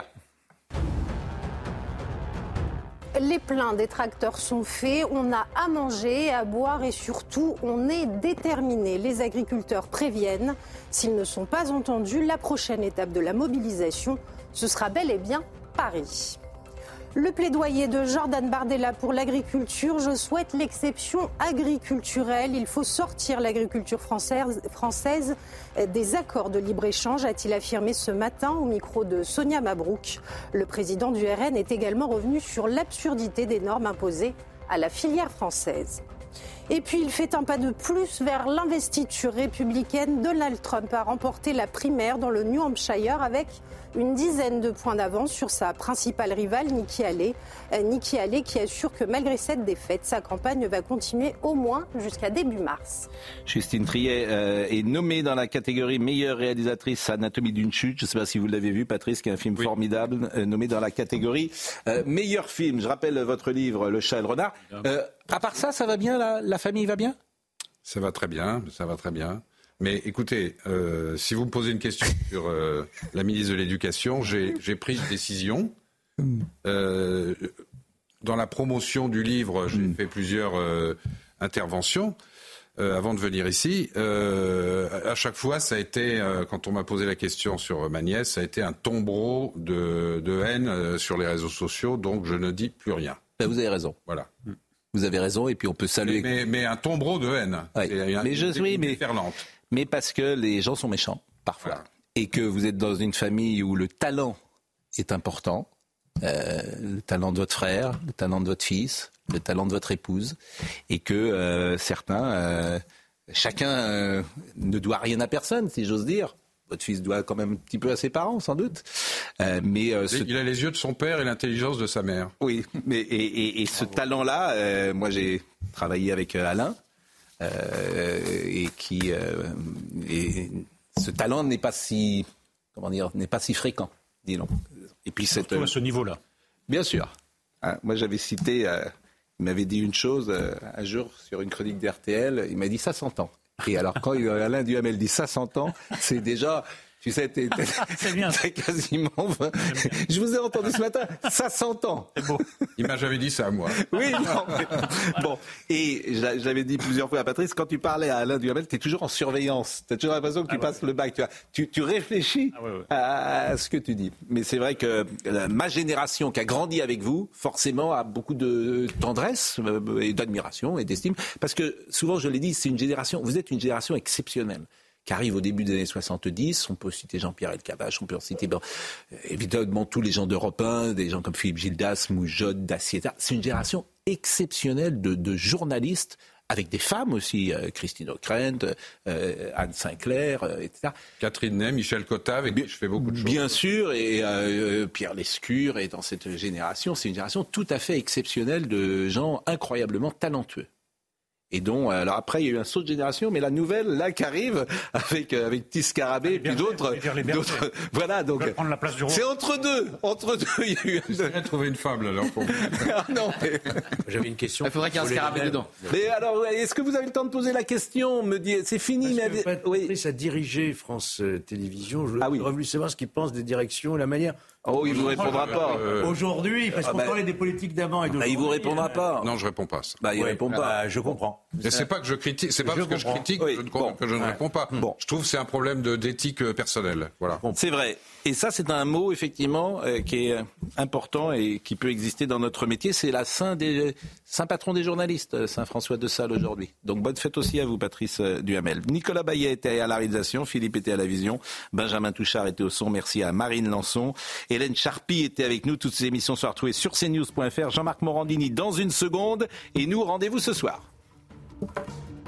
S15: Les pleins détracteurs sont faits, on a à manger, à boire et surtout on est déterminés. Les agriculteurs préviennent, s'ils ne sont pas entendus, la prochaine étape de la mobilisation, ce sera bel et bien Paris. Le plaidoyer de Jordan Bardella pour l'agriculture, je souhaite l'exception agriculturelle. Il faut sortir l'agriculture française des accords de libre-échange, a-t-il affirmé ce matin au micro de Sonia Mabrouk. Le président du RN est également revenu sur l'absurdité des normes imposées à la filière française. Et puis il fait un pas de plus vers l'investiture républicaine. Donald Trump a remporté la primaire dans le New Hampshire avec une dizaine de points d'avance sur sa principale rivale, Nikki Haley. Nikki Haley qui assure que malgré cette défaite, sa campagne va continuer au moins jusqu'à début mars.
S1: Justine Triet est nommée dans la catégorie meilleure réalisatrice Anatomie d'une chute. Je ne sais pas si vous l'avez vu, Patrice, qui est un film formidable, nommé dans la catégorie meilleur film. Je rappelle votre livre, Le chat et le renard. À part ça, ça va bien, la famille va bien ?
S14: Ça va très bien. Mais écoutez, si vous me posez une question sur la ministre de l'Éducation, j'ai pris une décision. Dans la promotion du livre, j'ai fait plusieurs interventions avant de venir ici. À chaque fois, ça a été, quand on m'a posé la question sur ma nièce, ça a été un tombereau de haine sur les réseaux sociaux, donc je ne dis plus rien.
S1: Ben, vous avez raison.
S14: Voilà.
S1: Vous avez raison, et puis on peut saluer...
S14: Mais un tombereau de haine.
S1: Mais parce que les gens sont méchants, parfois. Voilà. Et que vous êtes dans une famille où le talent est important, le talent de votre frère, le talent de votre fils, le talent de votre épouse, et que chacun ne doit rien à personne, si j'ose dire. Votre fils doit quand même un petit peu à ses parents, sans doute.
S14: Il a les yeux de son père et l'intelligence de sa mère.
S1: Oui, mais et ce talent-là, moi j'ai travaillé avec Alain, et ce talent n'est pas si fréquent, disons. Et puis
S9: surtout à ce niveau-là.
S1: Bien sûr. Moi j'avais cité, il m'avait dit une chose un jour sur une chronique d'RTL, il m'a dit ça s'entend. Et alors quand Alain Duhamel dit ça s'entend, c'est déjà Tu sais, t'es quasiment... Je vous ai entendu ce matin, ça s'entend.
S14: C'est beau. Il m'a jamais dit ça à moi.
S1: Oui, non. Bon, et j'avais dit plusieurs fois à Patrice, quand tu parlais à Alain Duhamel, tu es toujours en surveillance. Tu as toujours l'impression que tu passes le bac. Tu réfléchis à ce que tu dis. Mais c'est vrai que ma génération qui a grandi avec vous, forcément, a beaucoup de tendresse et d'admiration et d'estime. Parce que souvent, je l'ai dit, vous êtes une génération exceptionnelle. Qui arrive au début des années 70, on peut citer Jean-Pierre Elkabbach, on peut citer évidemment tous les gens d'Europe 1, des gens comme Philippe Gildas, Moujotte, Dacier. C'est une génération exceptionnelle de journalistes, avec des femmes aussi, Christine Ockrent, Anne Sinclair, etc.
S14: Catherine Ney, Michel Cotta, avec qui je fais beaucoup de choses.
S1: Bien sûr, et Pierre Lescure est dans cette génération. C'est une génération tout à fait exceptionnelle de gens incroyablement talentueux. Et dont, alors après, il y a eu un saut de génération, mais la nouvelle, là, qui arrive, avec Tiscarabé, et puis d'autres. Voilà, donc.
S9: Prendre la place du roi.
S1: C'est entre deux, il y a eu.
S14: J'ai trouvé une fable, alors.
S1: Non, mais...
S7: J'avais une question.
S5: Il faudrait qu'il y ait un Scarabée dedans.
S1: Mais alors, est-ce que vous avez le temps de poser la question? Me dit, c'est fini,
S7: mais. Patrice a dirigé France Télévisions. Je voudrais voulu savoir ce qu'il pense des directions et la manière.
S1: Oh, il ne vous répondra pas.
S7: Aujourd'hui, parce qu'on parlait des politiques d'avant et d'aujourd'hui.
S1: Il ne vous répondra pas.
S14: Non, je ne réponds pas à ça.
S1: Il ne répond pas.
S7: Je comprends.
S14: Mais c'est pas que je critique, c'est pas parce que je critique que je ne réponds pas. Bon. Je trouve que c'est un problème d'éthique personnelle. Voilà.
S1: C'est vrai. Et ça, c'est un mot, effectivement, qui est important et qui peut exister dans notre métier. C'est la saint patron des journalistes, Saint François de Sales, aujourd'hui. Donc, bonne fête aussi à vous, Patrice Duhamel. Nicolas Baillet était à la réalisation, Philippe était à la vision, Benjamin Touchard était au son. Merci à Marine Lançon. Hélène Charpie était avec nous. Toutes ces émissions sont retrouvées sur cnews.fr. Jean-Marc Morandini dans une seconde. Et nous, rendez-vous ce soir.